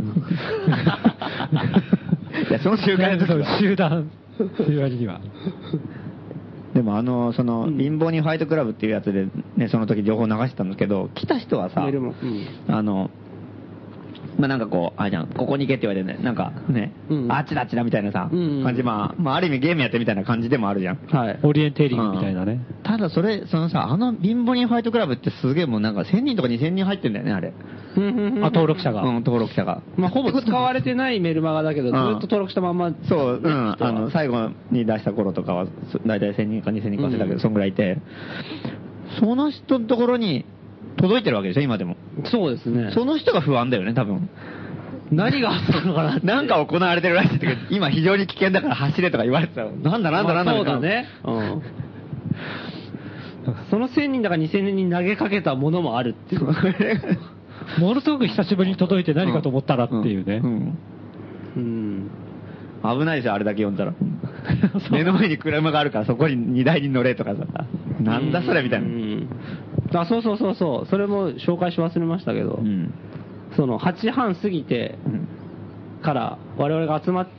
いや、その集団集団っていう割には。 でもあの、その、貧乏人ファイトクラブっていうやつでね、その時情報流してたんだけど、来た人はさ、うん、あの、まあ、なんかこう、あれじゃん、ここに行けって言われてね、なんかね、うん、あっちだあっちだみたいなさ、うんうん、感じ、まあ、まあ、ある意味ゲームやってみたいな感じでもあるじゃん。 はい。オリエンテーリングみたいなね。うん、 ただそれ、そのさ、あの貧乏人ファイトクラブってすげえもうなんかせんにんとかにせんにん入ってんだよね、あれ。 あ、登録者が。 うん、登録者が。 まあ、ほぼ使われてないメルマガだけど、ずっと登録したまんま。 そう、うん、あの、最後に出した頃とかは、だいたいせんにんかにせんにんか忘れたけど、うん、そんぐらいいて、その人のところに届いてるわけでしょ、今でも。 そうですね。 その人が不安だよね、多分。 何があったのかななんか行われてるらしいけど、今非常に危険だから走れとか言われてたの。なんだなんだなんだ、 まあ、そうだね。うん。そのせんにんだかにせんにんに投げかけたものもあるっていう。 ものすごく久しぶりに届いて何かと思ったらっていうね。うん。 うん、 危ないですよ、あれだけ読んだら。目の前に車があるからそこに荷台に乗れとかさ。なんだそれみたいな。うん、 あ、そうそうそうそう。それも紹介し忘れましたけど。うん、そのはちじはん過ぎてから我々が集まって、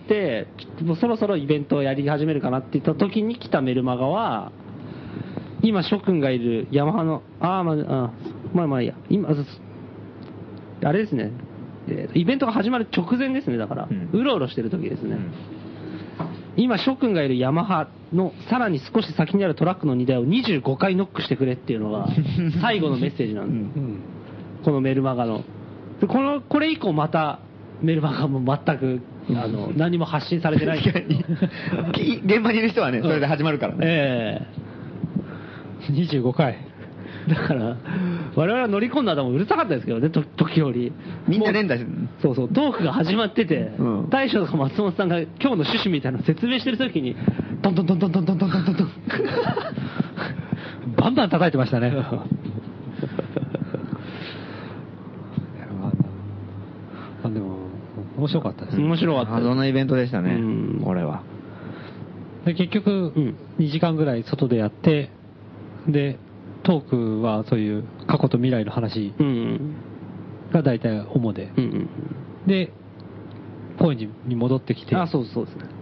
もうそろそろイベントをやり始めるかなって言った時に来たメルマガは、 今諸君がいるヤマハの、ああ、まあ、あまあまあいいや。今、あれですね。イベントが始まる直前ですね、だから。うん、うろうろしてる時ですね。うん、今諸君がいるヤマハのさらに少し先にあるトラックの荷台をにじゅうごかいノックしてくれっていうのが最後のメッセージなんです。うん、このメルマガの。この、これ以降またメルマガも全く、あの、何も発信されてない。 現場にいる人はね、それで始まるからね。 ええー。にじゅうごかい。だから、我々は乗り込んだ後もうるさかったですけどね、と時折。 みんな連打してる。 そうそう、トークが始まってて、うん、大将とか松本さんが今日の趣旨みたいなの説明してる時に、トントントントントントントントントントン。 バンバン叩いてましたね。あでも、面白かったですね。 面白かった。 謎のイベントでしたね、これは。 で結局、うん、にじかんぐらい外でやって、で、トークはそういう過去と未来の話が大体主で、うんうん、で、ポイに戻ってきて、 あ、そうそうですね。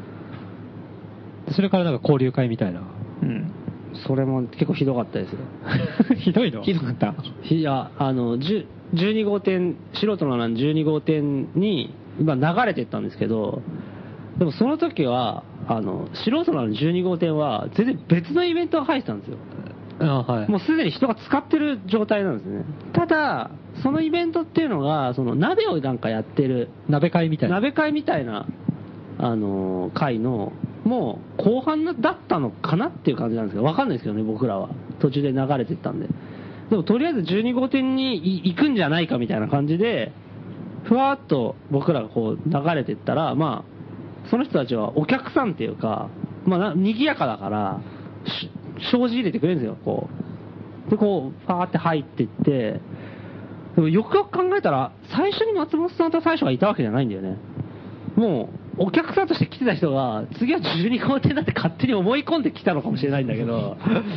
それからなんか交流会みたいな。 うん。それも結構ひどかったですよ。 ひどいの？ ひどかった。 いや、あの、じゅうに号店、素人の欄じゅうに号店に今流れてったんですけど、でもその時は、あの、素人の欄じゅうに号店は全然別のイベントが入ってたんですよ。あ、はい、もうすでに人が使ってる状態なんですね。ただ、そのイベントっていうのが、その鍋をなんかやってる、 鍋会みたいな。 鍋会みたいな、あのー、会の、もう後半だったのかなっていう感じなんですけど、わかんないですけどね、僕らは。途中で流れてったんで。でもとりあえずじゅうに号店に行くんじゃないかみたいな感じで、ふわっと僕らがこう流れてったら、まあ、その人たちはお客さんっていうか、まあ、賑やかだから、障子入れてくれるんですよ、こう。で、こう、ファーって入っていって、でもよくよく考えたら、最初に松本さんと最初がいたわけじゃないんだよね。もう、お客さんとして来てた人が、次はじゅうに号店だって勝手に思い込んできたのかもしれないんだけど、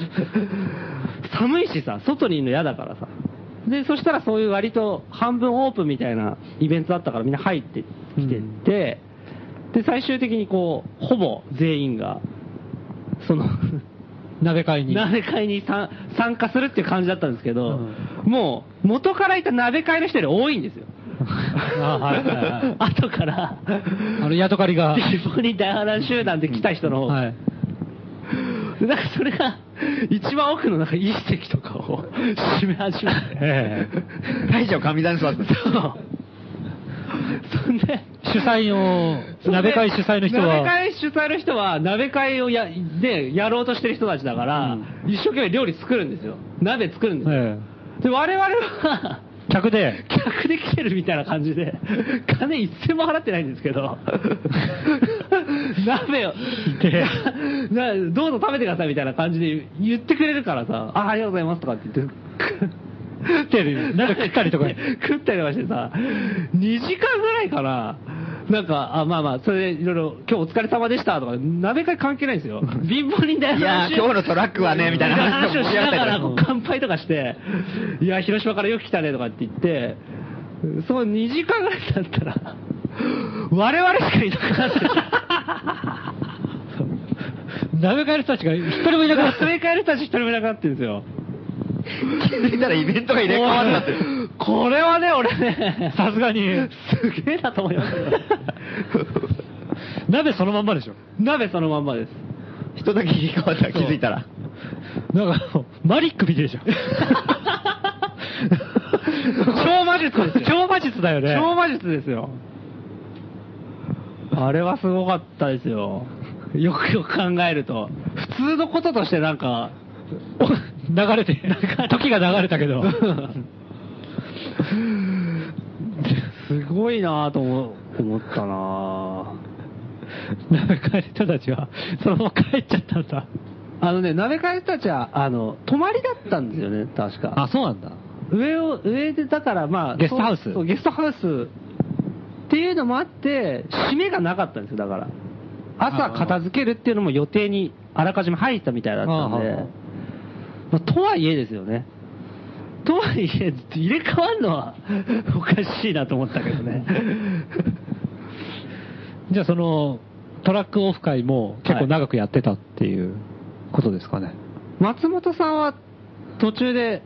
寒いしさ、外にいるの嫌だからさ。で、そしたらそういう割と半分オープンみたいなイベントだったからみんな入ってきてって、うん、で、最終的にこう、ほぼ全員が、その、 鍋会に。 鍋会に参加するっていう感じだったんですけど、うん、もう元からいた鍋会の人より多いんですよ。あ、はいはいはい、後から、 あの、ヤドカリが。 ディポニー大波乱集団で来た人の、はい、なんかそれが、一番奥のなんかいい席とかを締め始めて、ええ、大将神段座ってた。そう。 そんで、 主催の、鍋会主催の人は。 鍋会主催の人は、鍋会をや、で、やろうとしてる人たちだから、うん、一生懸命料理作るんですよ。鍋作るんですよ。ええ、で、我々は、 客で客で来てるみたいな感じで、金一銭も払ってないんですけど、鍋を、どうぞ食べてくださいみたいな感じで言ってくれるからさ、あ、ありがとうございますとかって言って、食ってる、なんか食ったりとか、食ったりとかしてさ、にじかんぐらいかな、なんか、あ、まあまあ、それでいろいろ、今日お疲れ様でしたとか、鍋会関係ないんですよ。貧乏人だよ。 いや、今日のトラックはね、みたいな話をしながら、乾杯とかして、いや、広島からよく来たねとかって言って、そのにじかんぐらいだったら、我々しかいなくなってた。 鍋会の人たちが一人もいなくなって鍋会の人たち一人もいなくなってるんですよ。 気づいたらイベントが入れ替わってたって。 これはね、俺ね、 さすがにすげえなと思いましたよ。 鍋そのまんまでしょ。 鍋そのまんまです。 人だけ入れ替わったら気づいたら。 なんか、マリック見てるじゃん。 超魔術ですよ。 超魔術だよね。 超魔術ですよ。あれはすごかったですよ。よくよく考えると。普通のこととしてなんか、 流れて、時が流れたけど。 すごいなぁと思ったなぁ。鍋会の人たちは、そのまま帰っちゃったんだ。 あのね、鍋会の人たちは、あの、泊まりだったんですよね、確か。 あ、そうなんだ。 上を、上で、だからまあ、 ゲストハウス。 そう、ゲストハウスっていうのもあって、締めがなかったんですよ、だから。朝片付けるっていうのも予定にあらかじめ入ったみたいだったんで、まあ、とはいえですよね。とはいえ、入れ替わるのはおかしいなと思ったけどね。 じゃあその、トラックオフ会も結構長くやってたっていうことですかね。 はい、 松本さんは途中で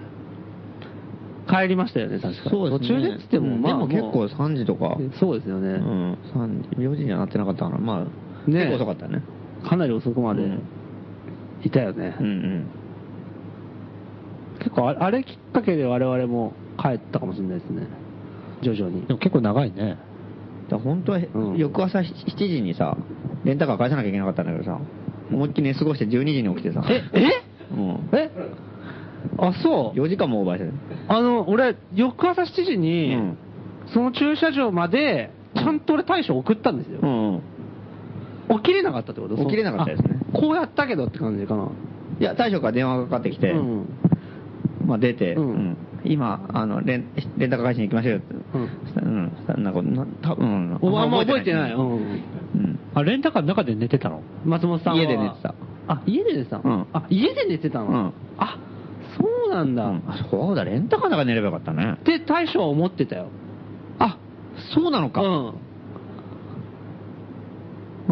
帰りましたよね、確か。 そうですね。 途中でっつっても、まあ、 でも結構さんじとか。 そうですよね。 うん、さんじ、よじにはなってなかったから、まあ、ね、結構遅かったね。 かなり遅くまでいたよね。 うんうん。 結構あれきっかけで我々も帰ったかもしれないですね。徐々に。 でも結構長いね。 だ本当は、うん、翌朝しちじにさ、レンタカー返さなきゃいけなかったんだけどさ、思いっきり寝過ごしてじゅうにじに起きてさ。 ええうん、 えあ、そう。 よじかんもオーバーしてる。 あの、俺、翌朝しちじに、うん、その駐車場まで、ちゃんと俺大将送ったんですよ。うんうん、起きれなかったってこと？ 起きれなかったですね。 こうやったけどって感じかな。 いや、大将から電話がかかってきて、うん、まあ出て、うんうん、今、あの、レン、レンタカー返しに行きましょうよって。うん。うん。なんか、な多分、 うん、あんま覚えてない。うん。うん。 あ、レンタカーの中で寝てたの？ 松本さんは。 家で寝てた。 あ、家で寝てたの？うん。あ、家で寝てたの？うん。あ、そうなんだ。うん、 あ、そうだ、レンタカーの中で寝ればよかったね。 って大将は思ってたよ。 あ、そうなのか。うん。うん。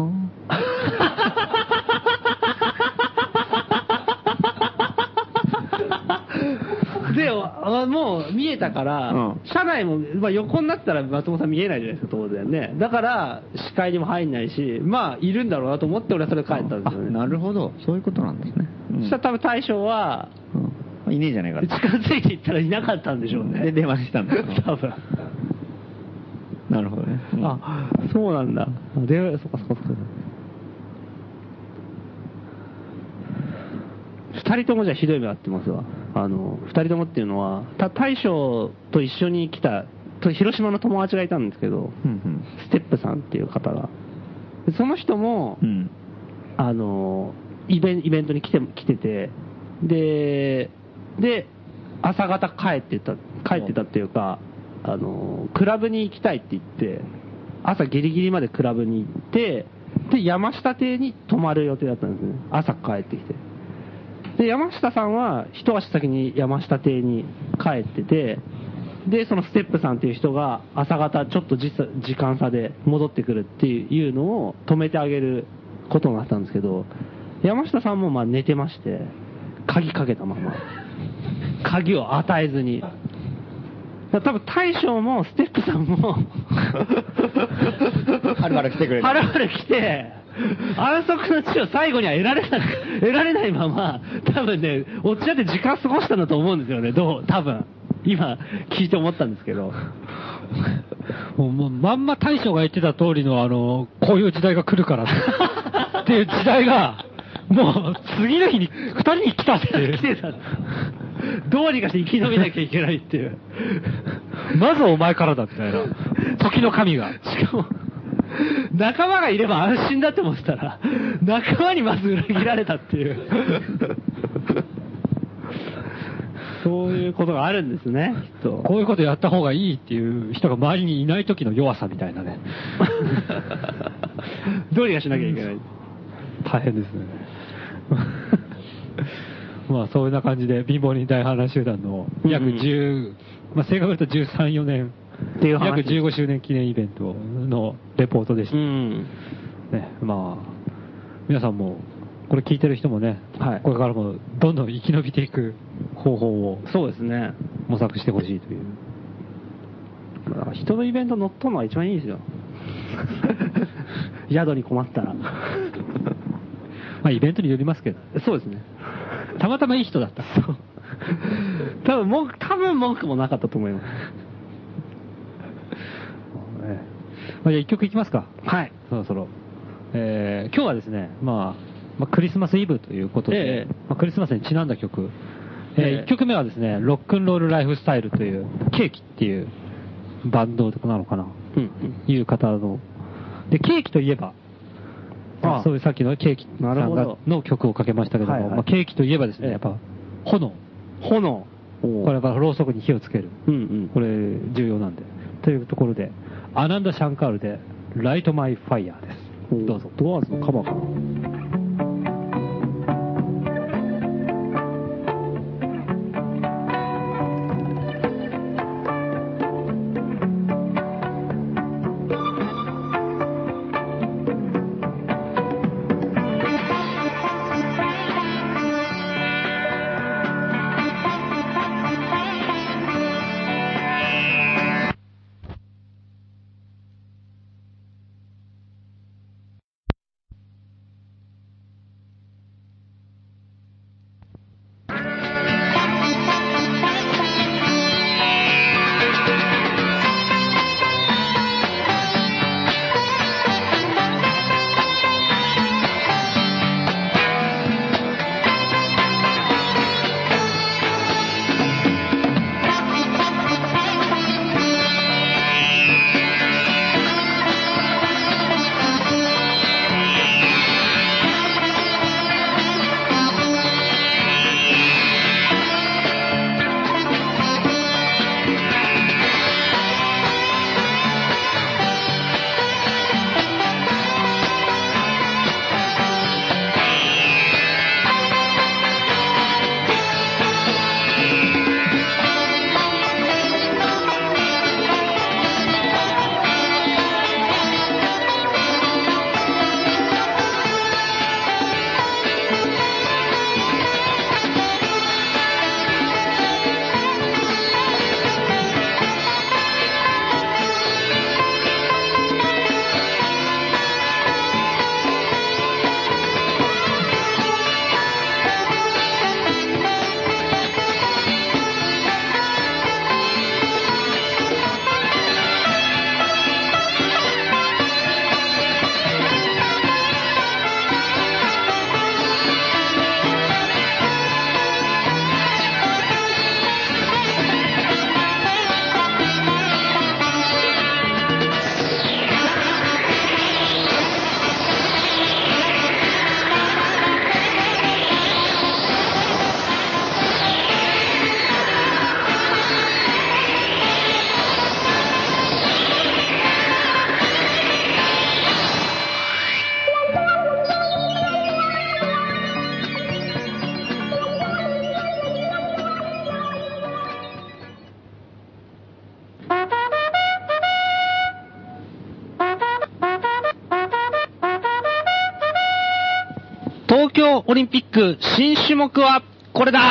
で、もう見えたから、うん、車内も、まあ、横になったら松本さん見えないじゃないですか、当然ね。だから、視界にも入んないし、まあ、いるんだろうなと思って俺はそれ帰ったんですよね。 なるほど。そういうことなんですね。 うん、そしたら多分大将は、 うん、いねえじゃねえか。 近づいていったらいなかったんでしょうね。 で、電話したんだ。 多分。 なるほどね。 うん、あ、そうなんだ。で、そっかそっかそっか。二人ともじゃひどい目あってますわ。あの、二人ともっていうのは、た大将と一緒に来た、と広島の友達がいたんですけど、うんうん、ステップさんっていう方が。その人も、うん、あの、イベン、イベントに来て、来てて、で、で、朝方帰ってた、帰ってたっていうか、あの、クラブに行きたいって言って、朝ギリギリまでクラブに行って、で、山下邸に泊まる予定だったんですね。朝帰ってきて。で、山下さんは一足先に山下邸に帰ってて、で、そのステップさんっていう人が朝方ちょっと時間差で戻ってくるっていうのを止めてあげることになったんですけど、山下さんもまあ寝てまして、鍵かけたまま、鍵を与えずに。多分大将もステップさんもはるばる来てくれる。 はるばる来て、安息の地を最後には得られな得られないまま、多分ね、お茶で時間過ごしたんだと思うんですよね、どう、多分。今、聞いて思ったんですけど。 もう、もうまんま大将が言ってた通りの、あの、こういう時代が来るからっていう時代が、もう、次の日に二人に来たっていう。 来てた。どうにかして生き延びなきゃいけないっていう。 まずお前からだみたいな。時の神が。 しかも、仲間がいれば安心だって思ってたら、仲間にまず裏切られたっていう。そういうことがあるんですね、きっと。 こういうことやった方がいいっていう人が周りにいない時の弱さみたいなね。 どうにかしなきゃいけない。 大変ですね。まあ、そんな感じで、貧乏人大反乱集団の約じゅう、うん、まあ、正確に言うとじゅうさん、よねん、っていう約じゅうごしゅうねん記念イベントのレポートでした。うん、ね、まあ、皆さんも、これ聞いてる人もね、はい、これからもどんどん生き延びていく方法を、 そうですね、 模索してほしいという。 だから人のイベント乗っ取るのが一番いいですよ。宿に困ったら。まあ、イベントによりますけど。 そうですね。 たまたまいい人だった。そう。 多分も、多分文句もなかったと思います。 ね、まあ、じゃあ一曲いきますか。 はい。 そろそろ。えー、今日はですね、まあ、まあ、クリスマスイブということで、ええまあ、クリスマスにちなんだ曲。えー、いっきょくめはですね、ロックンロールライフスタイルという、ケーキっていうバンドなのかな、うん、いう方の。で、ケーキといえば、ああそういうさっきのケーキさんがの曲をかけましたけども、はいはいまあ、ケーキといえばですね、やっぱ炎。 炎。 これはろうそくに火をつける。うんうん、これ重要なんで。というところで、アナンダ・シャンカールで、ライト・マイ・ファイヤーです。どうぞ。 ドアーズのカバーかな。 京オリンピック新種目はこれだ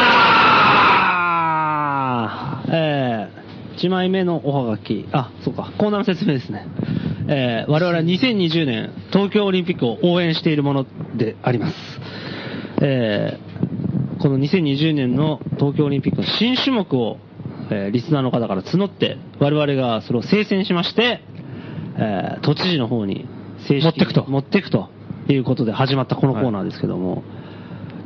ーえー、いちまいめのおはがき、あ、そうか、コーナーの説明ですね。えー、我々はにせんにじゅうねん東京オリンピックを応援しているものであります。えー、このにせんにじゅうねんの東京オリンピックの新種目を、えー、リスナーの方から募って、我々がそれを精選しまして、えー、都知事の方に正式に持っていくと。持っていくということで始まったこのコーナーですけども、はい、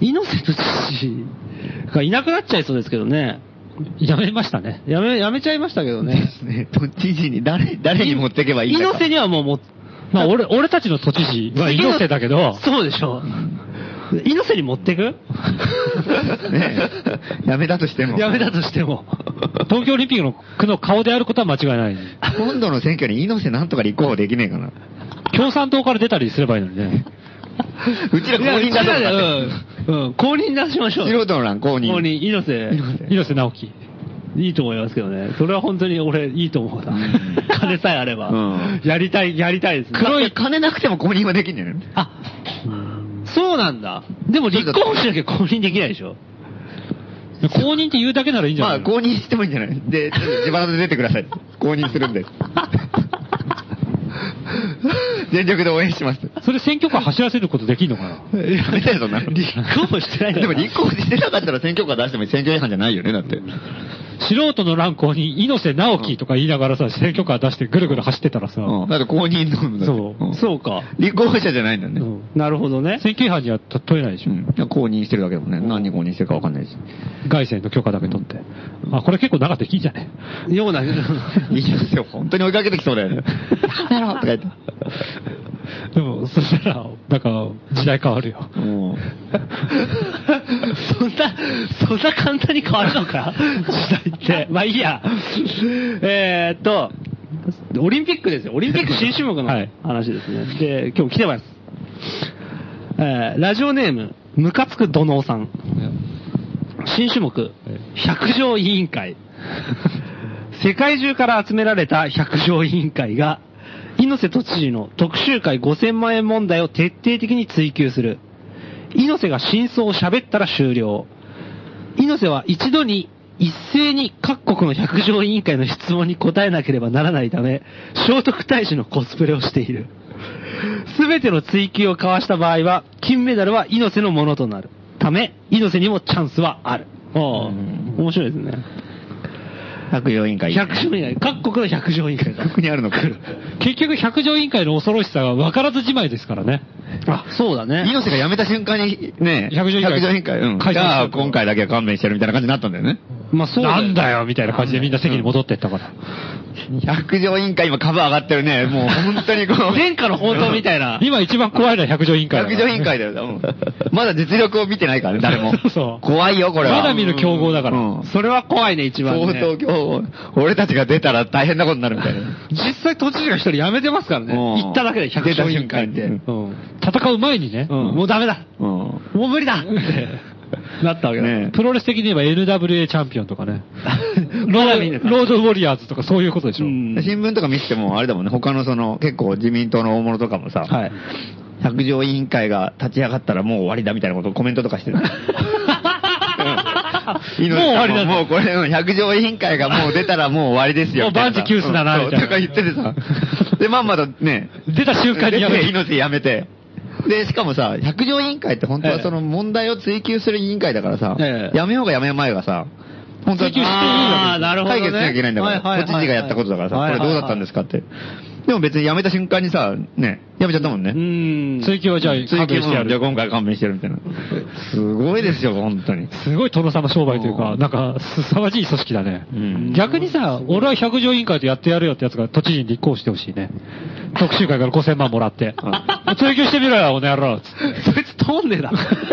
猪瀬都知事がいなくなっちゃいそうですけどね。 やめましたね。 やめ、やめちゃいましたけどね。 ですね。都知事に誰、誰に持っていけばいいか。 猪瀬にはもうも、 まあ俺、俺たちの都知事は猪瀬だけど。 そうでしょ。猪瀬に持ってくねえ。やめたとしても。 やめたとしても。 東京オリンピックの区の顔であることは間違いない。 今度の選挙に猪瀬なんとか立候補できねえかな。 共産党から出たりすればいいのにね。 うちら公認だとか、 うん。うん。公認出しましょう。 素人の欄公認。 公認、猪瀬。 猪瀬直樹。 いいと思いますけどね。それは本当に俺いいと思うな。金さえあれば。 うん、 やりたい、やりたいですね。 黒い金なくても公認はできんじゃないの？ あ、そうなんだ。でも立候補しなきゃ公認できないでしょ。 公認って言うだけならいいんじゃないの？まあ公認してもいいんじゃない？で、自腹で出てください。公認するんで。全力で応援します。 それ選挙カー走らせることできんのかな？ やめたよ、そんなの。 立候補してないでも立候補してなかったら選挙カー出しても選挙違反じゃないよね、だって。 素人の乱行に猪瀬直樹とか言いながらさ、選挙カー出してぐるぐる走ってたらさ。 うん、だって公認の。 そう。うん、そうか。 立候補者じゃないんだね。 うん、なるほどね。 選挙違反には問えないでしょ。うん、 公認してるだけだもんね。何に公認してるか分かんないし。 外線の許可だけ取って。あ、これ結構長くていいんじゃねような。いいですよ。本当に追いかけてきそうだよね。やめろとか言って。 でも、そしたら、なんか、時代変わるよ。 そんな、そんな簡単に変わるのか時代って。まあいいや。えーっと、オリンピックですよ。オリンピック新種目の話ですね。はい、で、今日来てます。えー、ラジオネーム、ムカつく土のうさん。新種目、百条委員会。世界中から集められた百条委員会が、猪瀬都知事の特集会ごせんまんえん問題を徹底的に追及する。猪瀬が真相を喋ったら終了。猪瀬は一度に一斉に各国の百条委員会の質問に答えなければならないため、聖徳太子のコスプレをしている。すべての追及を交わした場合は、金メダルは猪瀬のものとなる。ため、猪瀬にもチャンスはある。ああ、面白いですね。 百条委員会。 百条委員会。各国の百条委員会が。 各にあるのか。 結局百条委員会の恐ろしさが分からずじまいですからね。 あ、そうだね。 猪瀬が辞めた瞬間に、ね、 百条委員会。 百条委員会。うん。じゃあ、今回だけは勘弁してるみたいな感じになったんだよね。 まあそうだ。 なんだよ、みたいな感じでみんな席に戻ってったから。 百条委員会今株上がってるね。もう本当にこう。 天下の宝刀みたいな。 今一番怖いのは百条委員会だ。 百条委員会だよ。うん、まだ実力を見てないからね、誰も。 そうそう。 怖いよ、これは。 まだ見る競合だから。 うん、それは怖いね、一番、ね。 相当競合。俺たちが出たら大変なことになるみたいな。 実際都知事が一人辞めてますからね。行っただけで百条委員会って。うん、 戦う前にね、 うん、もうダメだ。うん、もう無理だなったわけだ、ね。 プロレス的に言えば エヌダブリューエー チャンピオンとかね。ロード、ロードウォリアーズとかそういうことでしょ。うん、 新聞とか見ててもあれだもんね、他のその結構自民党の大物とかもさ、はい、百条委員会が立ち上がったらもう終わりだみたいなことをコメントとかしてる。もう終わりだ。もうこれ、百条委員会がもう出たらもう終わりですよ。 もう万事休すだな、みたいな。 とか言っててさ。で、まんまとね、 出た瞬間にやめて。命やめて。で、しかもさ、百条委員会って本当はその問題を追及する委員会だからさ、ええ、やめようがやめまいがさ、本当は追及していいわけです。解決しなきゃいけないんだから、都知事がやったことだからさ、これどうだったんですかって。でも別に辞めた瞬間にさ、ね、辞めちゃったもんね。うん。 追及はじゃあ、 追及してやる。じゃあ今回勘弁してやるみたいな。すごいですよ、本当に。 すごい殿様商売というか、なんか、凄まじい組織だね。うん、逆にさ、俺は百条委員会でやってやるよってやつが都知事に立候補してほしいね。特集会からごせんまんもらって。追及してみろよ、おねやろう。 そいつ通んねえだ。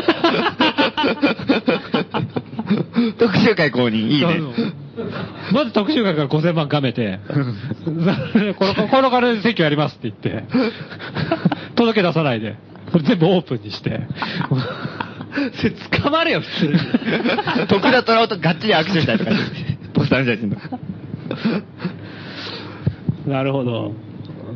特集会公認、いいね。 まず特集会からごせんまん貯めて、この、この金で選挙やりますって言って、届け出さないで、これ全部オープンにして。 それ捕まれよ、普通に。 徳田虎雄とがっちり握手したりとかして、ポスターみたいにするの。 なるほど。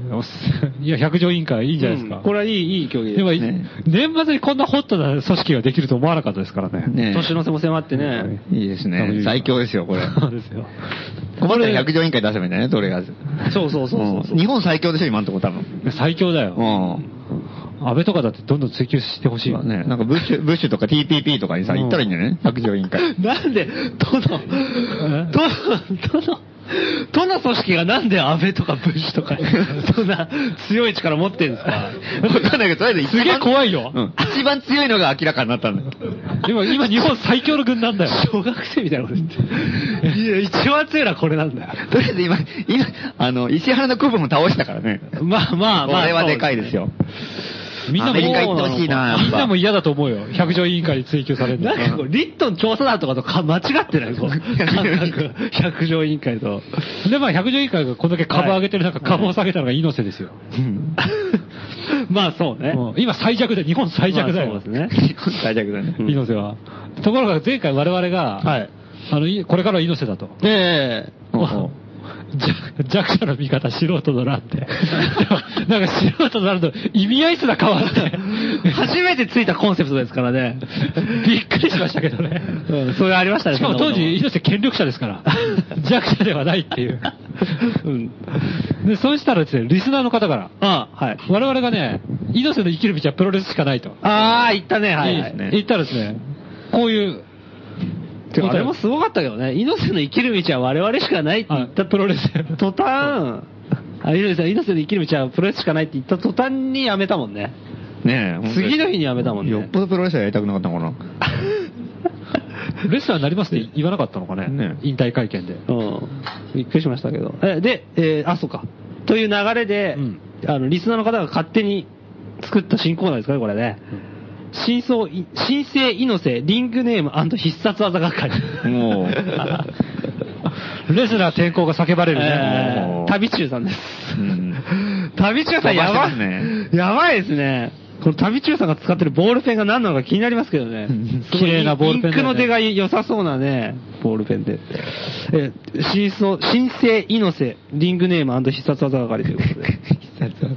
いや、百条委員会いいんじゃないですか。 うん、これはいい、いい競技ですね。 でも、年末にこんなホットな組織ができると思わなかったですからね。 ね年の瀬も迫ってね。 いいですね。最強ですよ、これ。 そうですよ。 困ったら百条委員会出せばいいんだよね、とりあえず。 そうそうそうそう、 うん。日本最強でしょ、今んとこ多分。 最強だよ。うん。安倍とかだってどんどん追及してほしいよね。なんかブッシュ、ブッシュとか ティーピーピー とかにさ、行ったらいいんだよね、百条委員会。 なんで、どの、どの、どの、どの組織がなんで安倍とかブッシュとか、そんな強い力持ってるんですか？ わかんないけど、とりあえずすげえ怖いよ。 うん。一番強いのが明らかになったんだよ。 今、今日本最強の軍なんだよ。 小学生みたいなこと言って。いや、一番強いのはこれなんだよ。 とりあえず今、今、あの、石原の区分も倒したからね。 まあまあまあ。 これはでかいですよ。 みんなも行ってほしいな。 みんなも嫌だと思うよ。百条委員会に追及されるの。 なんかこう、リットン調査団とかとか間違ってないこう、感覚。百条委員会と。 で、まあ、百条委員会がこんだけ株上げてる中、株を下げたのが猪瀬ですよ。 まあそうね。 今最弱で、日本最弱だよ。 そうですね。 日本最弱だね。 猪瀬は。ところが前回我々が、はい。あの、これからは猪瀬だと。 ええ。 弱者の味方、素人の乱って。なんか素人の乱と意味合いすら変わって。 初めてついたコンセプトですからね。 びっくりしましたけどね。 うん、それありましたね。 しかも当時、猪瀬権力者ですから。弱者ではないっていう。うん、で、そうしたらですね、リスナーの方から。 ああ、はい。 我々がね、猪瀬の生きる道はプロレスしかないと。 ああ、言ったね、はい、はい。 言ったらですね、こういう、 あれもすごかったけどね、猪瀬の生きる道は我々しかないって言ったプロレス。途端、あ、猪瀬の生きる道はプロレスしかないって言った途端にやめたもんね。 ねえ、 次の日にやめたもんね。 よっぽどプロレスはやりたくなかったのかな。 レスラーになりますって言わなかったのかね。ね、引退会見で。 うん。びっくりしましたけど。え、で、えー、あ、そうか。という流れで、うん、あの、リスナーの方が勝手に作った新コーナーですかね、これね。うん、新装、新生猪瀬リングネーム&必殺技係。もう。レスラー転向が叫ばれるね。 えー、旅中さんです。うん、旅中さんやばい。ね、やばいですね。この旅中さんが使ってるボールペンが何なのか気になりますけどね。 綺麗なボールペン、 ね。インクの出が良さそうなね、ボールペンで。え、新装、新生猪瀬リングネーム&必殺技係ということで。必殺技。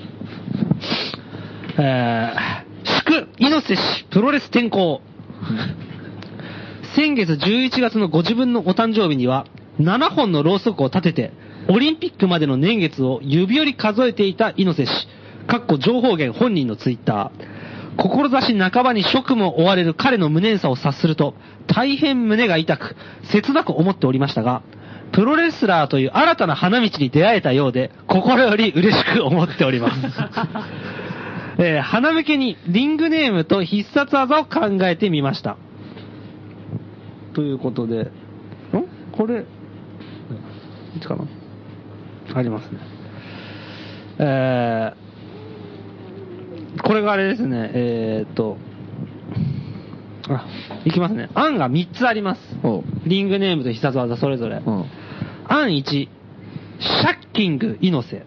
えー、祝猪瀬氏プロレス転向。先月じゅういちがつのご自分のお誕生日には、ななほんのろうそくを立てて、オリンピックまでの年月を指折り数えていた猪瀬氏。かっこ情報源本人のツイッター。志半ばに職務を追われる彼の無念さを察すると、大変胸が痛く、切なく思っておりましたが、プロレスラーという新たな花道に出会えたようで、心より嬉しく思っております。えー、花向けにリングネームと必殺技を考えてみました。ということで、んこれ、いつかなありますね。えー、これがあれですね、えーっと、あ、いきますね。案がみっつあります。リングネームと必殺技それぞれ。案いち、シャッキング猪瀬。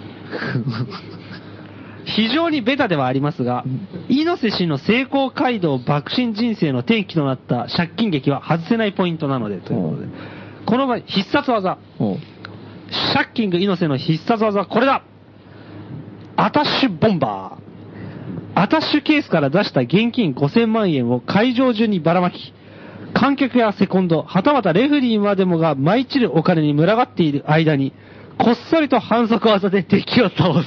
非常にベタではありますが、猪瀬氏の成功街道爆心人生の転機となった借金劇は外せないポイントなので、ということで。この場合、必殺技。シャッキング猪瀬の必殺技はこれだ。アタッシュボンバー。アタッシュケースから出した現金ごせんまんえんを会場中にばらまき、観客やセコンド、はたまたレフェリーまでもが舞い散るお金に群がっている間に、こっそりと反則技で敵を倒す。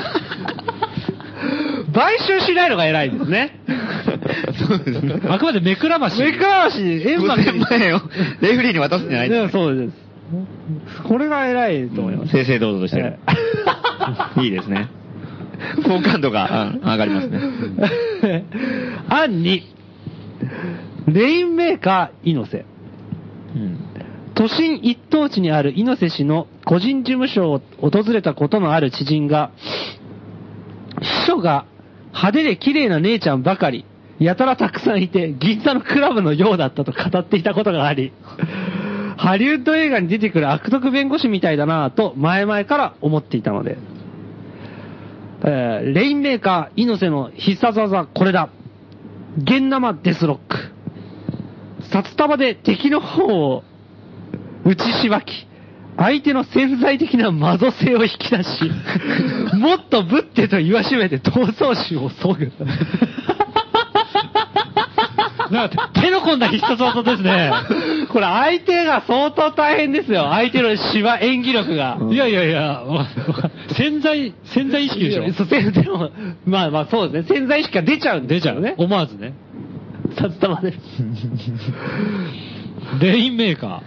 買収しないのが偉いですね。 そうですね。 あくまで目くらまし。 目くらまし、円まで。ごせんまんえんをレフェリーに渡すんじゃないですか。そうです。これが偉いと思います。 正々堂々としてる。いいですね。好感度が上がりますね。 案に、レインメーカー猪瀬。うん、都心一等地にある猪瀬氏の個人事務所を訪れたことのある知人が、秘書が派手で綺麗な姉ちゃんばかり、やたらたくさんいて、銀座のクラブのようだったと語っていたことがあり、ハリウッド映画に出てくる悪徳弁護士みたいだなぁと前々から思っていたので、えー、レインメーカー猪瀬の必殺技これだ。ゲン生デスロック。札束で敵の方を打ちしばき、 相手の潜在的な魔女性を引き出し、もっとぶってと言わしめて闘争心を削ぐ。 なんか手の込んだ必殺技ですね。 これ相手が相当大変ですよ。相手の芝演技力が。 いやいやいや、潜在、潜在意識でしょ。 そう、潜在、まあまあそうですね。潜在意識が出ちゃうんですよね。 出ちゃうね。思わずね。 札束で。 レインメーカ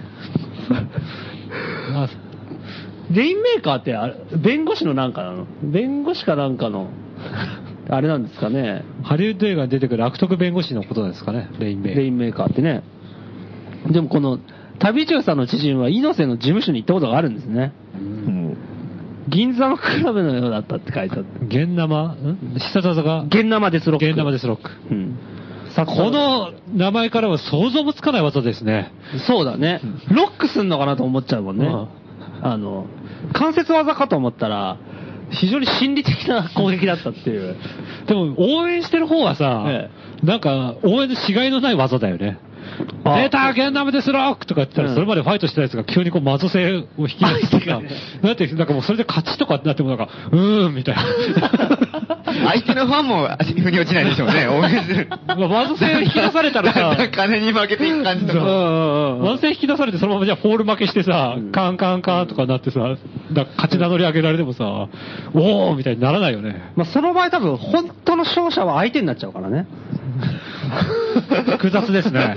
ー。レインメーカーってあれ弁護士のなんかなの？弁護士かなんかの。あれなんですかね。 ハリウッド映画に出てくる悪徳弁護士のことですかね、レインメーカー。 レインメーカーってね。でもこの、旅中さんの知人は猪瀬の事務所に行ったことがあるんですね。うん、銀座のクラブのようだったって書いてあって。 ゲン生ん必殺技がゲン生デスロック。 ゲン生デスロック。うん。この名前からは想像もつかない技ですね。 そうだね。ロックすんのかなと思っちゃうもんね。うん、あの、関節技かと思ったら、非常に心理的な攻撃だったっていう。 でも、応援してる方はさ、ええ、なんか、応援のしがいのない技だよね。出たゲンダムデスロックとか言ったら、それまでファイトしてたやつが急にこう、魔女性を引き出してか、だって、なんかもうそれで勝ちとかってなってもなんか、うーん、みたいな。 相手のファンも腑に落ちないでしょうね、応援する。 魔女性を引き出されたらさ、 金に負けていく感じとか。 魔女性引き出されてそのままじゃあフォール負けしてさ、カンカンカンとかなってさ、だ勝ち名乗り上げられてもさ、おーみたいにならないよね。 まあその場合多分、本当の勝者は相手になっちゃうからね。 複雑ですね。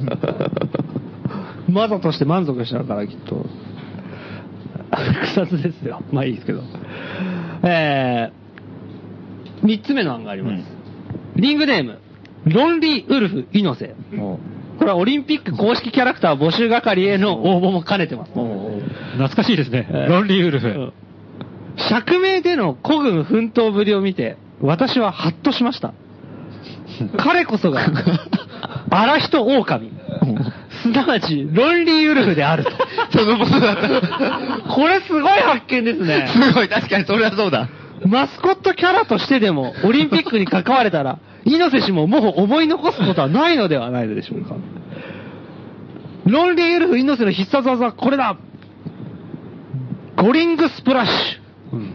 魔女として満足しちゃうからきっと。複雑ですよ。まあいいですけど。えー、三つ目の案があります。うん、リングネーム、ロンリーウルフ猪瀬。これはオリンピック公式キャラクター募集係への応募も兼ねてます。 懐かしいですね。えー、ロンリーウルフ。うん、 釈明での孤軍奮闘ぶりを見て、私はハッとしました。彼こそが、荒人狼。すなわち、ロンリーウルフであると。 そのことだった。 これすごい発見ですね。 すごい、確かにそれはそうだ。 マスコットキャラとしてでも、オリンピックに関われたら、猪瀬氏ももう思い残すことはないのではないでしょうか。ロンリーウルフ猪瀬の必殺技はこれだ。ゴリングスプラッシュ。うん、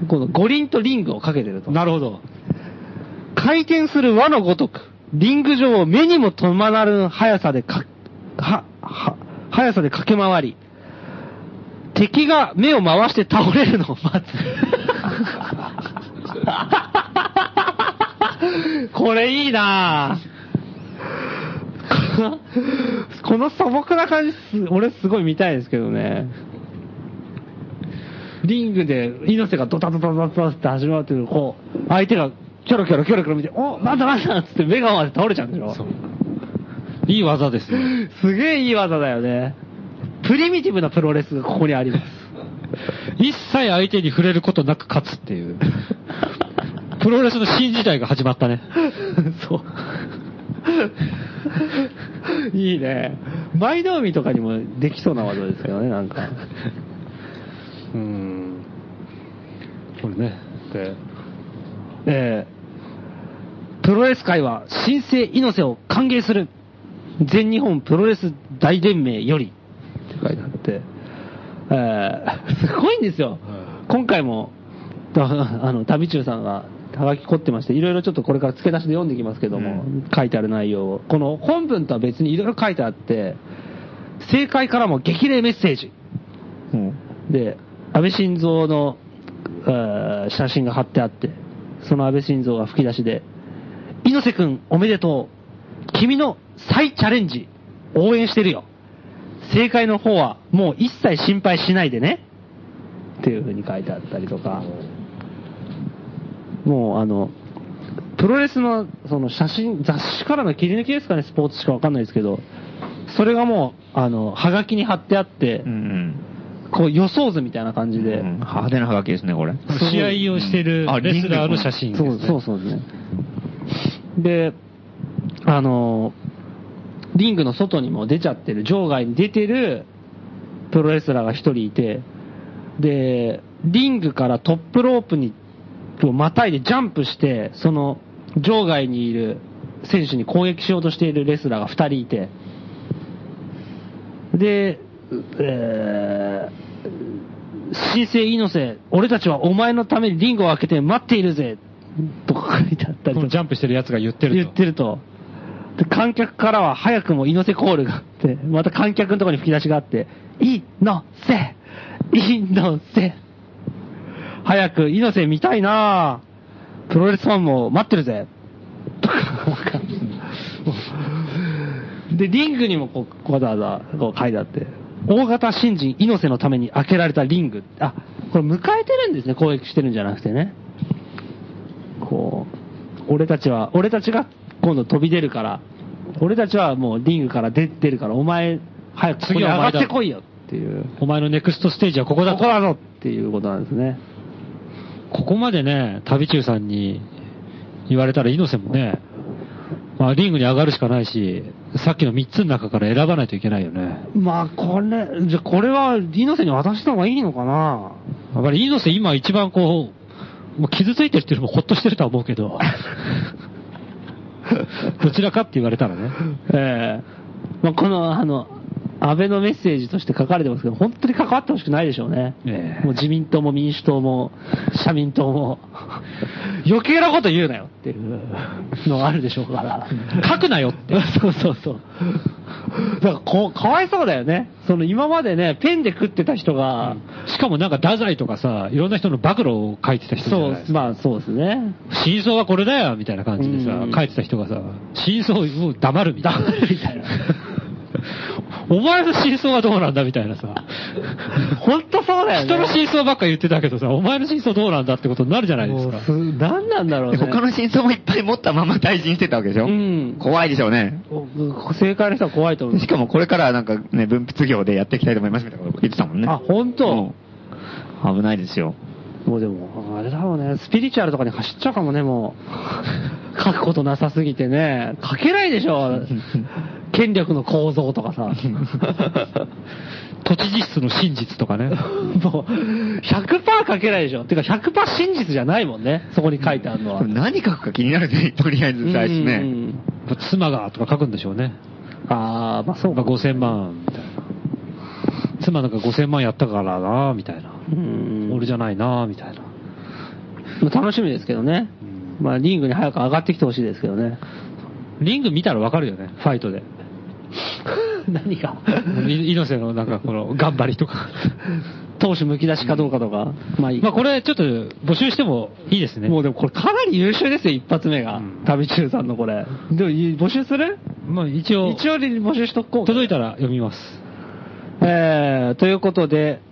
このゴリンとリングをかけてると。 なるほど。 回転する輪のごとく、リング上を目にも止まらぬ速さでか、は、は、速さで駆け回り、敵が目を回して倒れるのを待つ。これいいなぁ。この素朴な感じ、俺すごい見たいですけどね。リングで猪瀬がドタドタドタって始まってる、こう、相手がキョロキョロキョロキョロ見て、お、なんだなんだっつって目が回って倒れちゃうんでしょ。そう。 いい技ですね。 すげえいい技だよね。プリミティブなプロレスがここにあります。 一切相手に触れることなく勝つっていう。プロレスの新時代が始まったね。 そう。いいね。舞の海とかにもできそうな技ですけどね、なんか。 うーん。これね。でえー、プロレス界は新生猪瀬を歓迎する。全日本プロレス大連盟よりって書いてあって、えー、すごいんですよ。うん、今回も、あの、旅中さんがはがき凝ってまして、いろいろちょっとこれから付け出しで読んできますけども、うん、書いてある内容を。この本文とは別にいろいろ書いてあって、政界からも激励メッセージ。うん、で、安倍晋三の、えー、写真が貼ってあって、その安倍晋三が吹き出しで、猪瀬くんおめでとう。君の再チャレンジ、応援してるよ。正解の方はもう一切心配しないでね。っていう風に書いてあったりとか。もうあの、プロレスのその写真、雑誌からの切り抜きですかね、スポーツしかわかんないですけど、それがもう、あの、はがきに貼ってあって、うんうん、こう予想図みたいな感じで、うん、 派手なはがきですね、これ。 試合をしてるレスラーの写真ですね。 そうそうそうですね。で、あの、リングの外にも出ちゃってる、場外に出てるプロレスラーが一人いて、で、リングからトップロープに、またいでジャンプして、その場外にいる選手に攻撃しようとしているレスラーが二人いて、で、え新生猪瀬、俺たちはお前のためにリングを開けて待っているぜとか書いてあったりと。 ジャンプしてるやつが言ってると。 言ってると。で観客からは早くも猪瀬コールがあって、また観客のところに吹き出しがあって、猪瀬猪瀬早く猪瀬見たいなプロレスファンも待ってるぜとか、で、リングにもこうわざわざこう書いてあって、大型新人猪瀬のために開けられたリング。あ、これ迎えてるんですね。攻撃してるんじゃなくてね。こう、俺たちは、俺たちが今度飛び出るから、俺たちはもうリングから出てるから、お前、早く次は上がってこいよっていう。 お前のネクストステージはここだと。 ここだぞっていうことなんですね。 ここまでね、旅中さんに言われたら猪瀬もね、まあリングに上がるしかないし、さっきのみっつの中から選ばないといけないよね。 まあこれ、じゃこれは猪瀬に渡した方がいいのかな。 やっぱり猪瀬今一番こう、もう傷ついてるっていうのもほっとしてるとは思うけど、どちらかって言われたらね。 ええー、まあこのあの、安倍のメッセージとして書かれてますけど、本当に関わってほしくないでしょうね。ええ、もう自民党も民主党も社民党も余計なこと言うなよっていうのがあるでしょうから。 書くなよって。 そうそうそう。だからこかわいそうだよね。その今までね、ペンで食ってた人が、 うん、しかもなんか太宰とかさ、いろんな人の暴露を書いてた人じゃないですか。 そう、まあそうですね。 真相はこれだよみたいな感じでさ、うん、書いてた人がさ、真相を黙るみたいな。 黙るみたいな。 お前の真相はどうなんだみたいなさ。 本当そうだよね。 人の真相ばっか言ってたけどさ、お前の真相どうなんだってことになるじゃないですか。 何なんだろうね。 他の真相もいっぱい持ったまま退陣してたわけでしょ。うん。怖いでしょうね。 正解の人は怖いと思う。 しかもこれからなんかね、分泌業でやっていきたいと思いますみたいなこと言ってたもんね。 あ、本当、 うん、危ないですよ。 もうでも、あれだろうね、スピリチュアルとかに走っちゃうかもね、もう。書くことなさすぎてね。書けないでしょ。権力の構造とかさ。 都知事室の真実とかね。 もう、ひゃくパーセント 書けないでしょ。てか ひゃくパーセント 真実じゃないもんね。そこに書いてあるのは。 何書くか気になるね、とりあえず最初ね。 妻がとか書くんでしょうね。 ああ、まあそうか。 ごせんまんみたいな。妻なんかごせんまんやったからなみたいな。俺じゃないなみたいな。 楽しみですけどね。まあリングに早く上がってきてほしいですけどね。 リング見たらわかるよね、ファイトで。 何が猪瀬のなんかこの頑張りとか。 闘志むき出しかどうかとか。 まあいい。まあこれちょっと募集してもいいですね。 もうでもこれかなり優秀ですよ、一発目が。うん、旅中さんのこれ。でも募集する？ まあ一応。 一応募集しとこう。 届いたら読みます。 えー、ということで、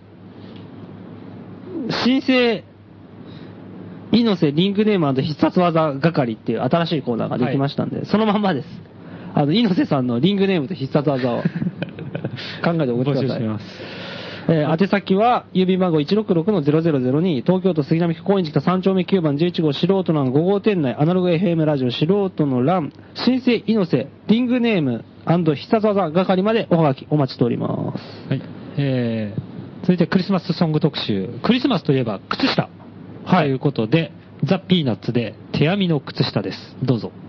新生猪瀬リングネーム&必殺技係っていう新しいコーナーができましたんで、はい、そのまんまです。あの、猪瀬さんのリングネームと必殺技を考えてお待ちください。募集します。えー、宛先は、郵便番号 いちろくろくのゼロゼロゼロに、東京都杉並区高円寺北さん丁目きゅうばんじゅういち号素人欄ご号店内、アナログ エフエム ラジオ素人の欄、新生猪瀬リングネーム&必殺技係までおはがきお待ちしております。 はい。えー、続いてクリスマスソング特集。クリスマスといえば靴下。はい。ということで、ザ・ピーナッツで手編みの靴下です。どうぞ。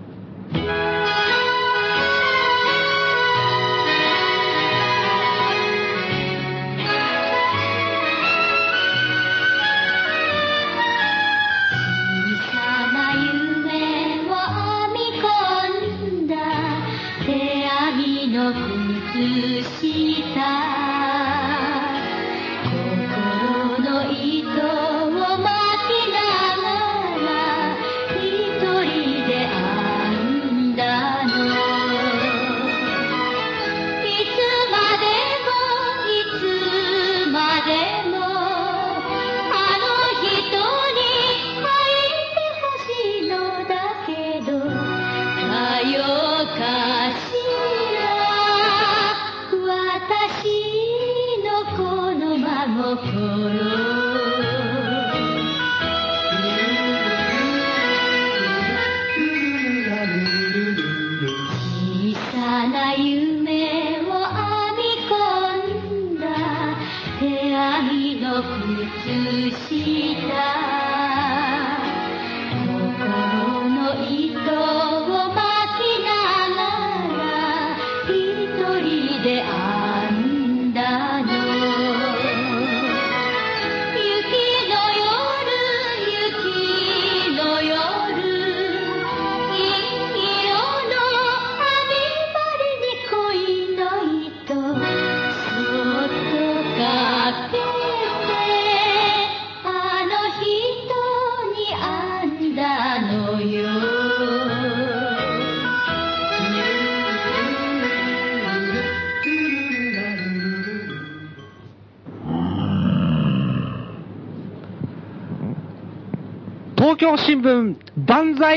東京新聞万歳。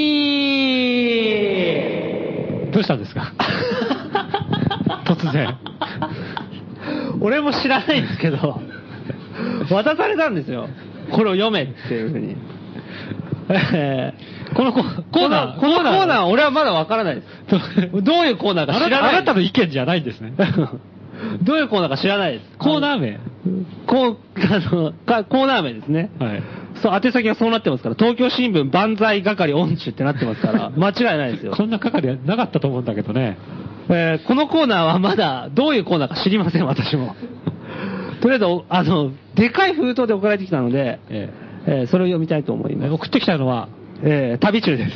どうしたんですか突然。 俺も知らないんですけど、渡されたんですよ。これを読めっていうふうに。えー、このコーナー、このコーナーは俺はまだわからないです。どういうコーナーか知らない。 あなたの意見じゃないんですね。 どういうコーナーか知らないです。 コーナー名こう、あの、コーナー名ですね。はい。そう、宛先がそうなってますから、東京新聞万歳係音中ってなってますから、間違いないですよ。 こんな係はなかったと思うんだけどね。 えー、このコーナーはまだどういうコーナーか知りません、私も。とりあえず、あの、でかい封筒で送られてきたので、えーえー、それを読みたいと思います。 送ってきたのは、 えー、旅中です。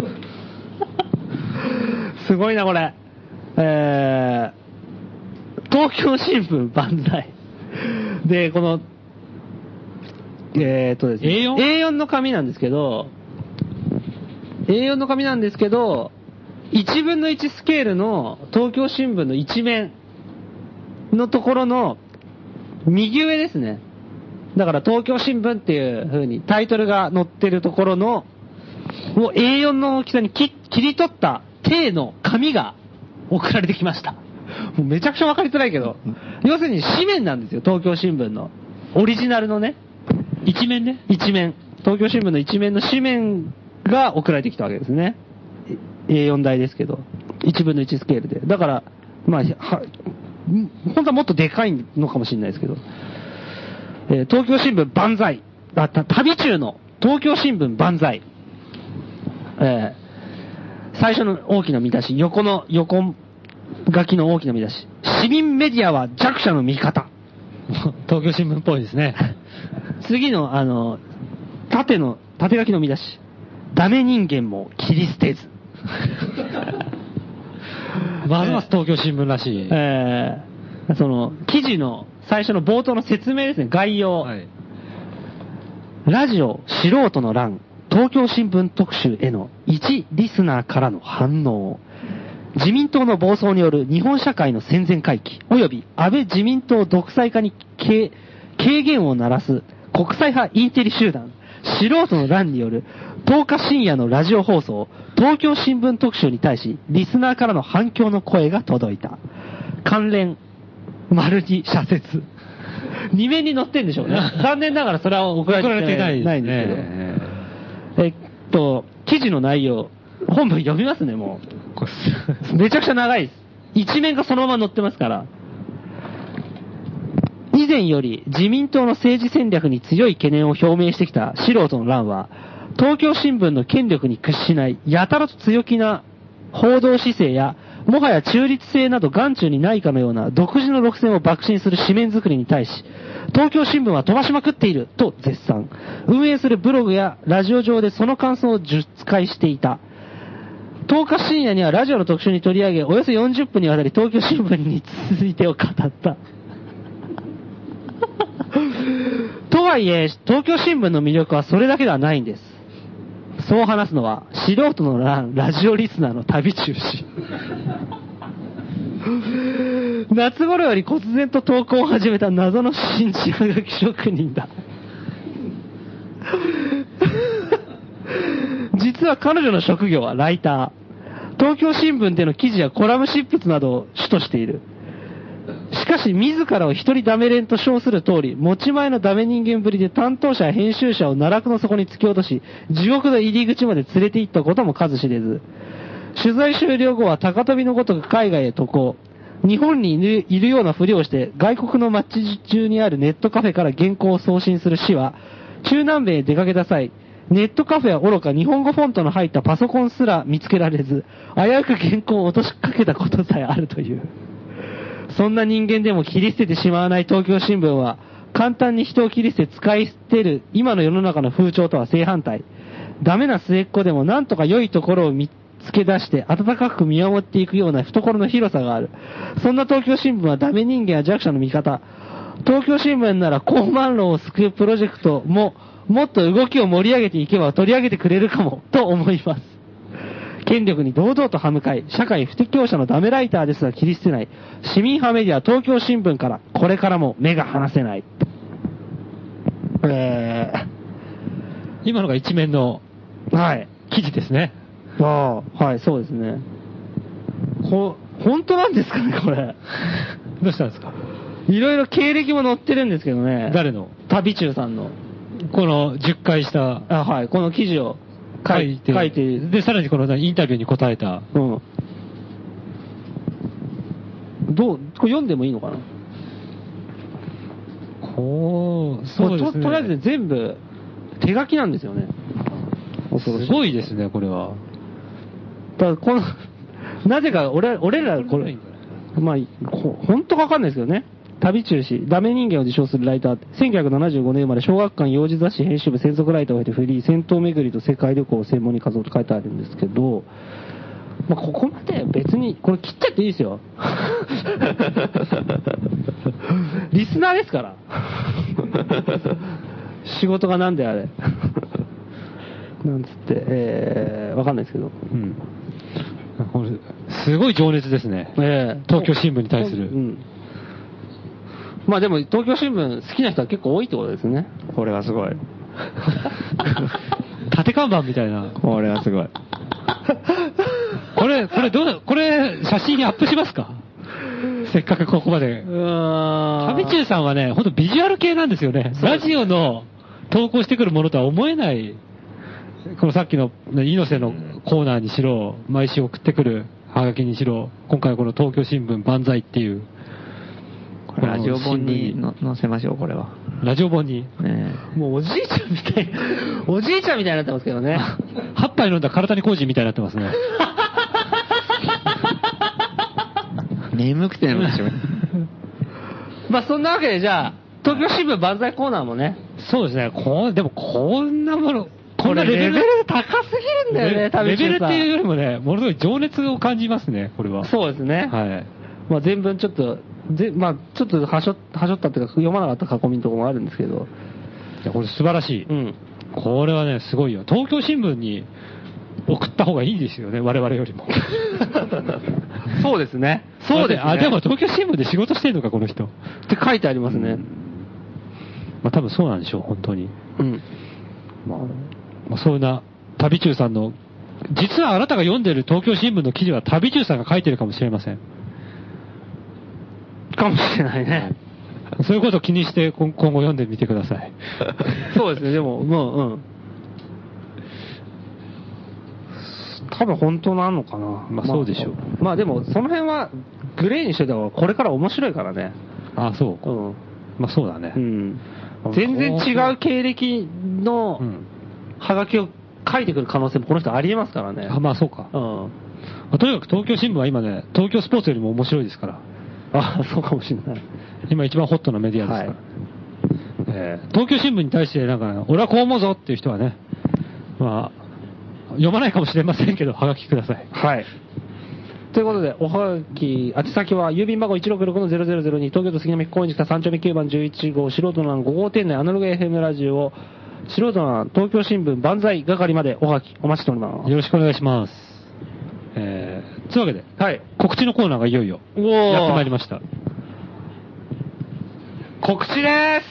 すごいな、これ。えー、東京新聞万歳。で、この、えーっとですね。エーよん? エーよん の紙なんですけど、エーよん の紙なんですけど、いちぶんのいちスケールの東京新聞の一面のところの右上ですね。だから東京新聞っていう風にタイトルが載ってるところの、もう エーよん の大きさに切り取った体の紙が送られてきました。もうめちゃくちゃわかりづらいけど、要するに紙面なんですよ、東京新聞の。オリジナルのね。 一面ね。 一面。東京新聞の一面の紙面が送られてきたわけですね。エーよん 台ですけど。いちぶんのいちスケールで。だから、まあ、は、本当はもっとでかいのかもしれないですけど。えー、東京新聞万歳。あ、た、旅中の東京新聞万歳。えー、最初の大きな見出し、横の、横書きの大きな見出し。市民メディアは弱者の味方。 東京新聞っぽいですね。 次の、あの、縦の、縦書きの見出し。ダメ人間も切り捨てず。 ますます東京新聞らしい。 えー、その、記事の最初の冒頭の説明ですね、概要。はい、ラジオ素人の欄、東京新聞特集への一リスナーからの反応。自民党の暴走による日本社会の戦前回帰、及び安倍自民党独裁化に軽減を鳴らす国際派インテリ集団、素人の欄によるとおか深夜のラジオ放送、東京新聞特集に対し、リスナーからの反響の声が届いた。関連、丸に社説。に面に載ってんでしょうね。残念ながらそれは送られてない、ない, ないんですけど。えっと、記事の内容、本文読みますね、もう。めちゃくちゃ長いです。一面がそのまま載ってますから。以前より自民党の政治戦略に強い懸念を表明してきた素人の欄は、東京新聞の権力に屈しないやたらと強気な報道姿勢や、もはや中立性など眼中にないかのような独自の路線を爆心する紙面作りに対し、東京新聞は飛ばしまくっていると絶賛。運営するブログやラジオ上でその感想を述回していた。とおか深夜にはラジオの特集に取り上げ、およそよんじゅっぷんにわたり東京新聞についてを語った。とはいえ、東京新聞の魅力はそれだけではないんです。そう話すのは、素人のララジオリスナーの旅中止。夏頃より忽然と投稿を始めた謎の新地はがき職人だ。実は彼女の職業はライター。東京新聞での記事やコラム執筆などを主としている。しかし自らを一人ダメ連と称する通り、持ち前のダメ人間ぶりで担当者や編集者を奈落の底に突き落とし、地獄の入り口まで連れて行ったことも数知れず、取材終了後は高飛びのごとく海外へ渡航。日本にいる、いるようなふりをして外国の街中にあるネットカフェから原稿を送信する市は、中南米へ出かけた際、ネットカフェは愚か日本語フォントの入ったパソコンすら見つけられず、危うく原稿を落としかけたことさえあるという。そんな人間でも切り捨ててしまわない東京新聞は、簡単に人を切り捨て使い捨てる今の世の中の風潮とは正反対。ダメな末っ子でもなんとか良いところを見つけ出して温かく見守っていくような懐の広さがある。そんな東京新聞はダメ人間や弱者の味方。東京新聞なら高慢論を救うプロジェクトももっと動きを盛り上げていけば取り上げてくれるかもと思います。権力に堂々と歯向かい、社会不適応者のダメライターですが切り捨てない市民派メディア東京新聞からこれからも目が離せない。えー、 今のが一面の、はい、記事ですね。 ああ、はい、そうですね。こ、本当なんですかね、これ。 どうしたんですか？ いろいろ経歴も載ってるんですけどね。 誰の？ 旅中さんの。 このじゅっかいした。 あ、はい、この記事を書いて。書いて。 で、さらにこのインタビューに答えた。 うん。どう、これ読んでもいいのかな？ こう、そうですね。 と、とりあえず全部手書きなんですよね。 すごいですね、これは。 だこの、なぜか俺、俺ら、これ、まあ、本当かわかんないですけどね。旅中止、ダメ人間を自称するライター。せんきゅうひゃくななじゅうごねん生まれ、小学館幼児雑誌編集部専属ライターを経てフリー、戦闘巡りと世界旅行を専門に活動と書いてあるんですけど、まあ、ここまで別に、これ切っちゃっていいですよ。リスナーですから。仕事がなんであれ。なんつって、えー、わかんないですけど。うん。 すごい情熱ですね。えー、東京新聞に対する。うん。 まあでも、東京新聞好きな人は結構多いってことですね。 これはすごい。 縦看板みたいな。 これはすごい。 これ、これどう、これ、写真アップしますか？せっかくここまで。うーん。旅中さんはね、ほんとビジュアル系なんですよね。ラジオの投稿してくるものとは思えない、このさっきの猪瀬のコーナーにしろ、毎週送ってくるハガキにしろ、今回この東京新聞万歳っていう。 これラジオ本に載せましょう、これは。 ラジオ本に。 ね、もうおじいちゃんみたい、おじいちゃんみたいになってますけどね。 はっぱい飲んだ体に工事みたいになってますね。 眠くて眠くて。 まあそんなわけでじゃあ、東京新聞万歳コーナーもね。 そうですね。こでもこんなもの、こんなレベル高すぎるんだよね、 レベルっていうよりもね、ものすごい情熱を感じますね、これは。 そうですね。はい。まあ全文ちょっと、でまあちょっとはしょ、はしょったっていうか読まなかった過去見のところもあるんですけど。 いや、これ素晴らしい。うん。これはね、すごいよ。東京新聞に送った方がいいですよね、我々よりも。 そうですね。そうですね。 あ、でも東京新聞で仕事してるのか、この人。 って書いてありますね。うん、 まあ多分そうなんでしょう、本当に。うん。まあ、まあ、そういうな、旅中さんの、実はあなたが読んでる東京新聞の記事は旅中さんが書いてるかもしれません。 かもしれないね。 そういうことを気にして今後読んでみてください。 そうですね、でも、もう、うん。多分本当なのかな。 まあそうでしょう。 まあ、まあでも、その辺はグレーにしてた方がこれから面白いからね。 ああ、そう。うん。まあそうだね。うん。 全然違う経歴のハガキを書いてくる可能性もこの人ありえますからね。 あ、まあそうか。うん。まあ、とにかく東京新聞は今ね、東京スポーツよりも面白いですから。 あ、そうかもしれない。 今一番ホットなメディアですから。はい、えー、東京新聞に対してなんか、俺はこう思うぞっていう人はね、まあ、読まないかもしれませんけど、ハガキください。 はい。ということで、おはがき、宛先は、郵便番号 いちろくろくのゼロゼロゼロに、東京都杉並区高円寺北さん丁目きゅうばんじゅういち号、素人のご号店内アナログ エフエム ラジオ、素人の東京新聞万歳係までおはがきお待ちしております。 よろしくお願いします。えー、というわけで、はい、告知のコーナーがいよいよやってまいりました。 告知でー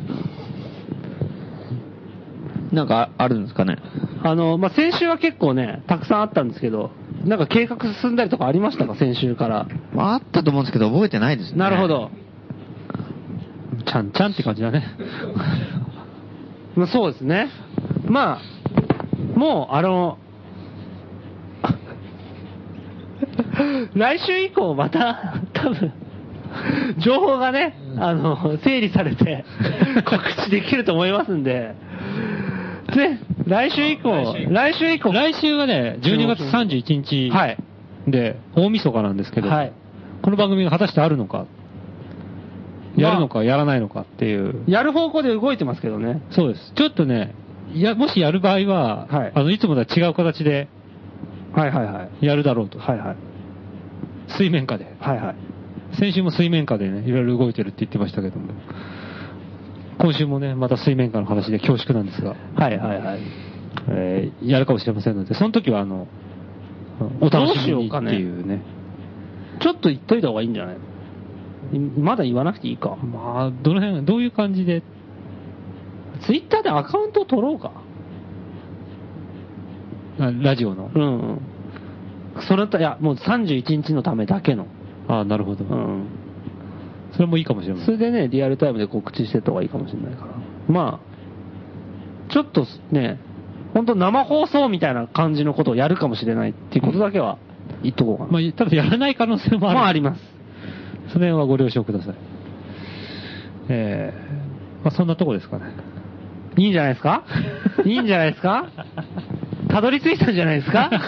す。なんかあるんですかね。 あの、まあ、先週は結構ね、たくさんあったんですけど、なんか計画進んだりとかありましたか、先週から。 まあ、あったと思うんですけど、覚えてないですね。 なるほど。 ちゃんちゃんって感じだね。 まあそうですね。まあ、もう、あの、来週以降また、多分、情報がね、あの、整理されて、告知できると思いますんで、で、来週以降、来週以降、 来週はね、じゅうにがつさんじゅういちにちで、大晦日なんですけど、はい、この番組が果たしてあるのか、やるのかやらないのかっていう。 やる方向で動いてますけどね。 そうです。ちょっとね、いや、もしやる場合は、はい、あの、いつもとは違う形で、 はいはいはい。 やるだろうと。 はいはい。 水面下で。 はいはい。 先週も水面下でね、いろいろ動いてるって言ってましたけども。今週もね、また水面下の話で恐縮なんですが。 はいはいはい。 えー、やるかもしれませんので、その時はあの、お楽しみにっていうね。 ちょっと言っといた方がいいんじゃないまだ言わなくていいか。 まあ、どの辺、どういう感じで。 ツイッターでアカウントを取ろうか。 ラジオの。 うん。それと、いや、もうさんじゅういちにちのためだけの。 ああ、なるほど。うん。それもいいかもしれない。 それでね、リアルタイムで告知してた方がいいかもしれないから。まあ、ちょっとね、本当生放送みたいな感じのことをやるかもしれないっていうことだけは言っとこうかな。 まあ、ただやらない可能性もある。 まああります。 その辺はご了承ください。えー、まあそんなとこですかね。 いいんじゃないですかいいんじゃないですかたどり着いたんじゃないですか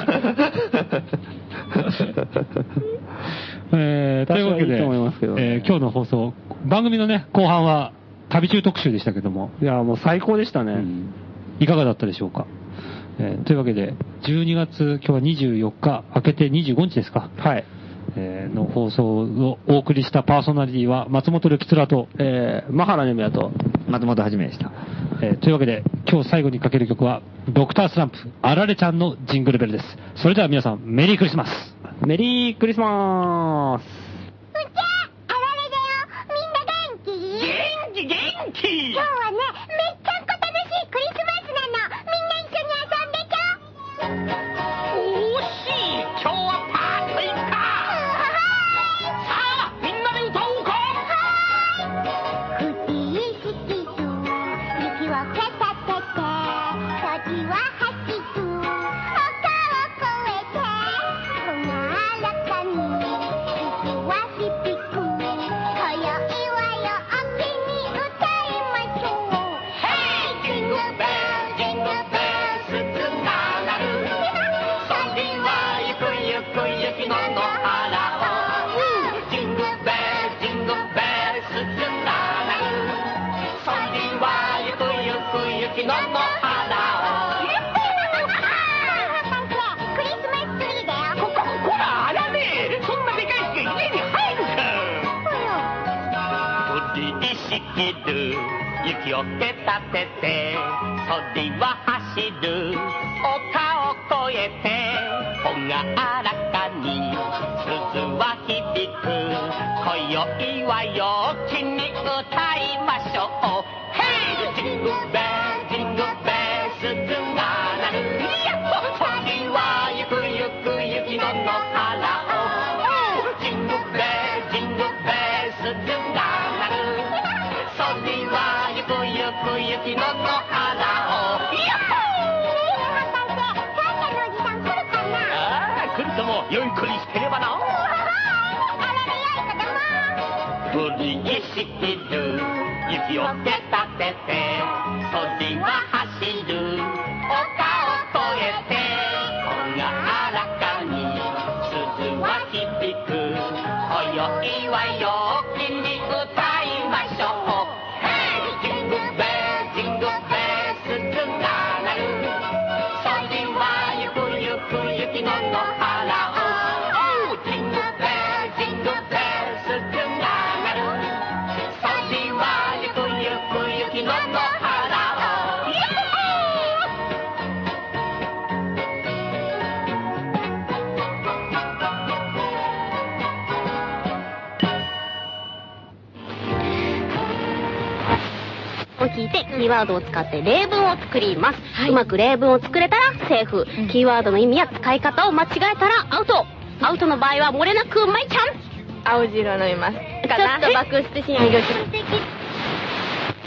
えー、というわけで、いいと思いますけどね、えー、今日の放送、番組のね、後半は旅中特集でしたけども。 いや、もう最高でしたね。うん、 いかがだったでしょうか。えー、というわけで、じゅうにがつ、今日はにじゅうよっか、明けてにじゅうごにちですか。 はい。 えー、の放送をお送りしたパーソナリティは松本るきつらと、 えー、マハラネムヤと松本はじめでした。 えー、というわけで、今日最後にかける曲は、ドクタースランプ、あられちゃんのジングルベルです。それでは皆さん、メリークリスマス。 メリークリスマース。 うちゃ、あられだよ。みんな元気？元気元気。今日はね、めっちゃんこ楽しいクリスマスなの。みんな一緒に遊んでちょ。 おーしい、今日はパーティーか。さあ、みんなで歌おうか。 はーい。ふていすきと、雪をけたてて、そじは走る。 雪をけたてて鳥は走る丘を越えてほがらかに鈴は響く今宵は陽気に歌いましょう。ヘイジングベルジングベル鈴が鳴るやっほ鳥はゆくゆく雪の野原をジングベルジングベル鈴が鳴る鳥はゆくゆく雪の野原をやっほサンタのおじさん来るかな。 ああ来るともよい子にしてればな。降りしきる雪をけたてて鳥は走る丘を越えてほがらかに鈴は響く今宵は陽気に歌いましょう。ヘイジングベルジングベル鈴が鳴る鳥はゆくゆく雪の野原をジングベルジングベル鈴が雪の野原をを聞いてキーワードを使って例文を作ります、はい、うまく例文を作れたらセーフ、うん、キーワードの意味や使い方を間違えたらアウト。アウトの場合は漏れなくまいちゃん青汁を飲みます。 ちょっと爆出しないでください。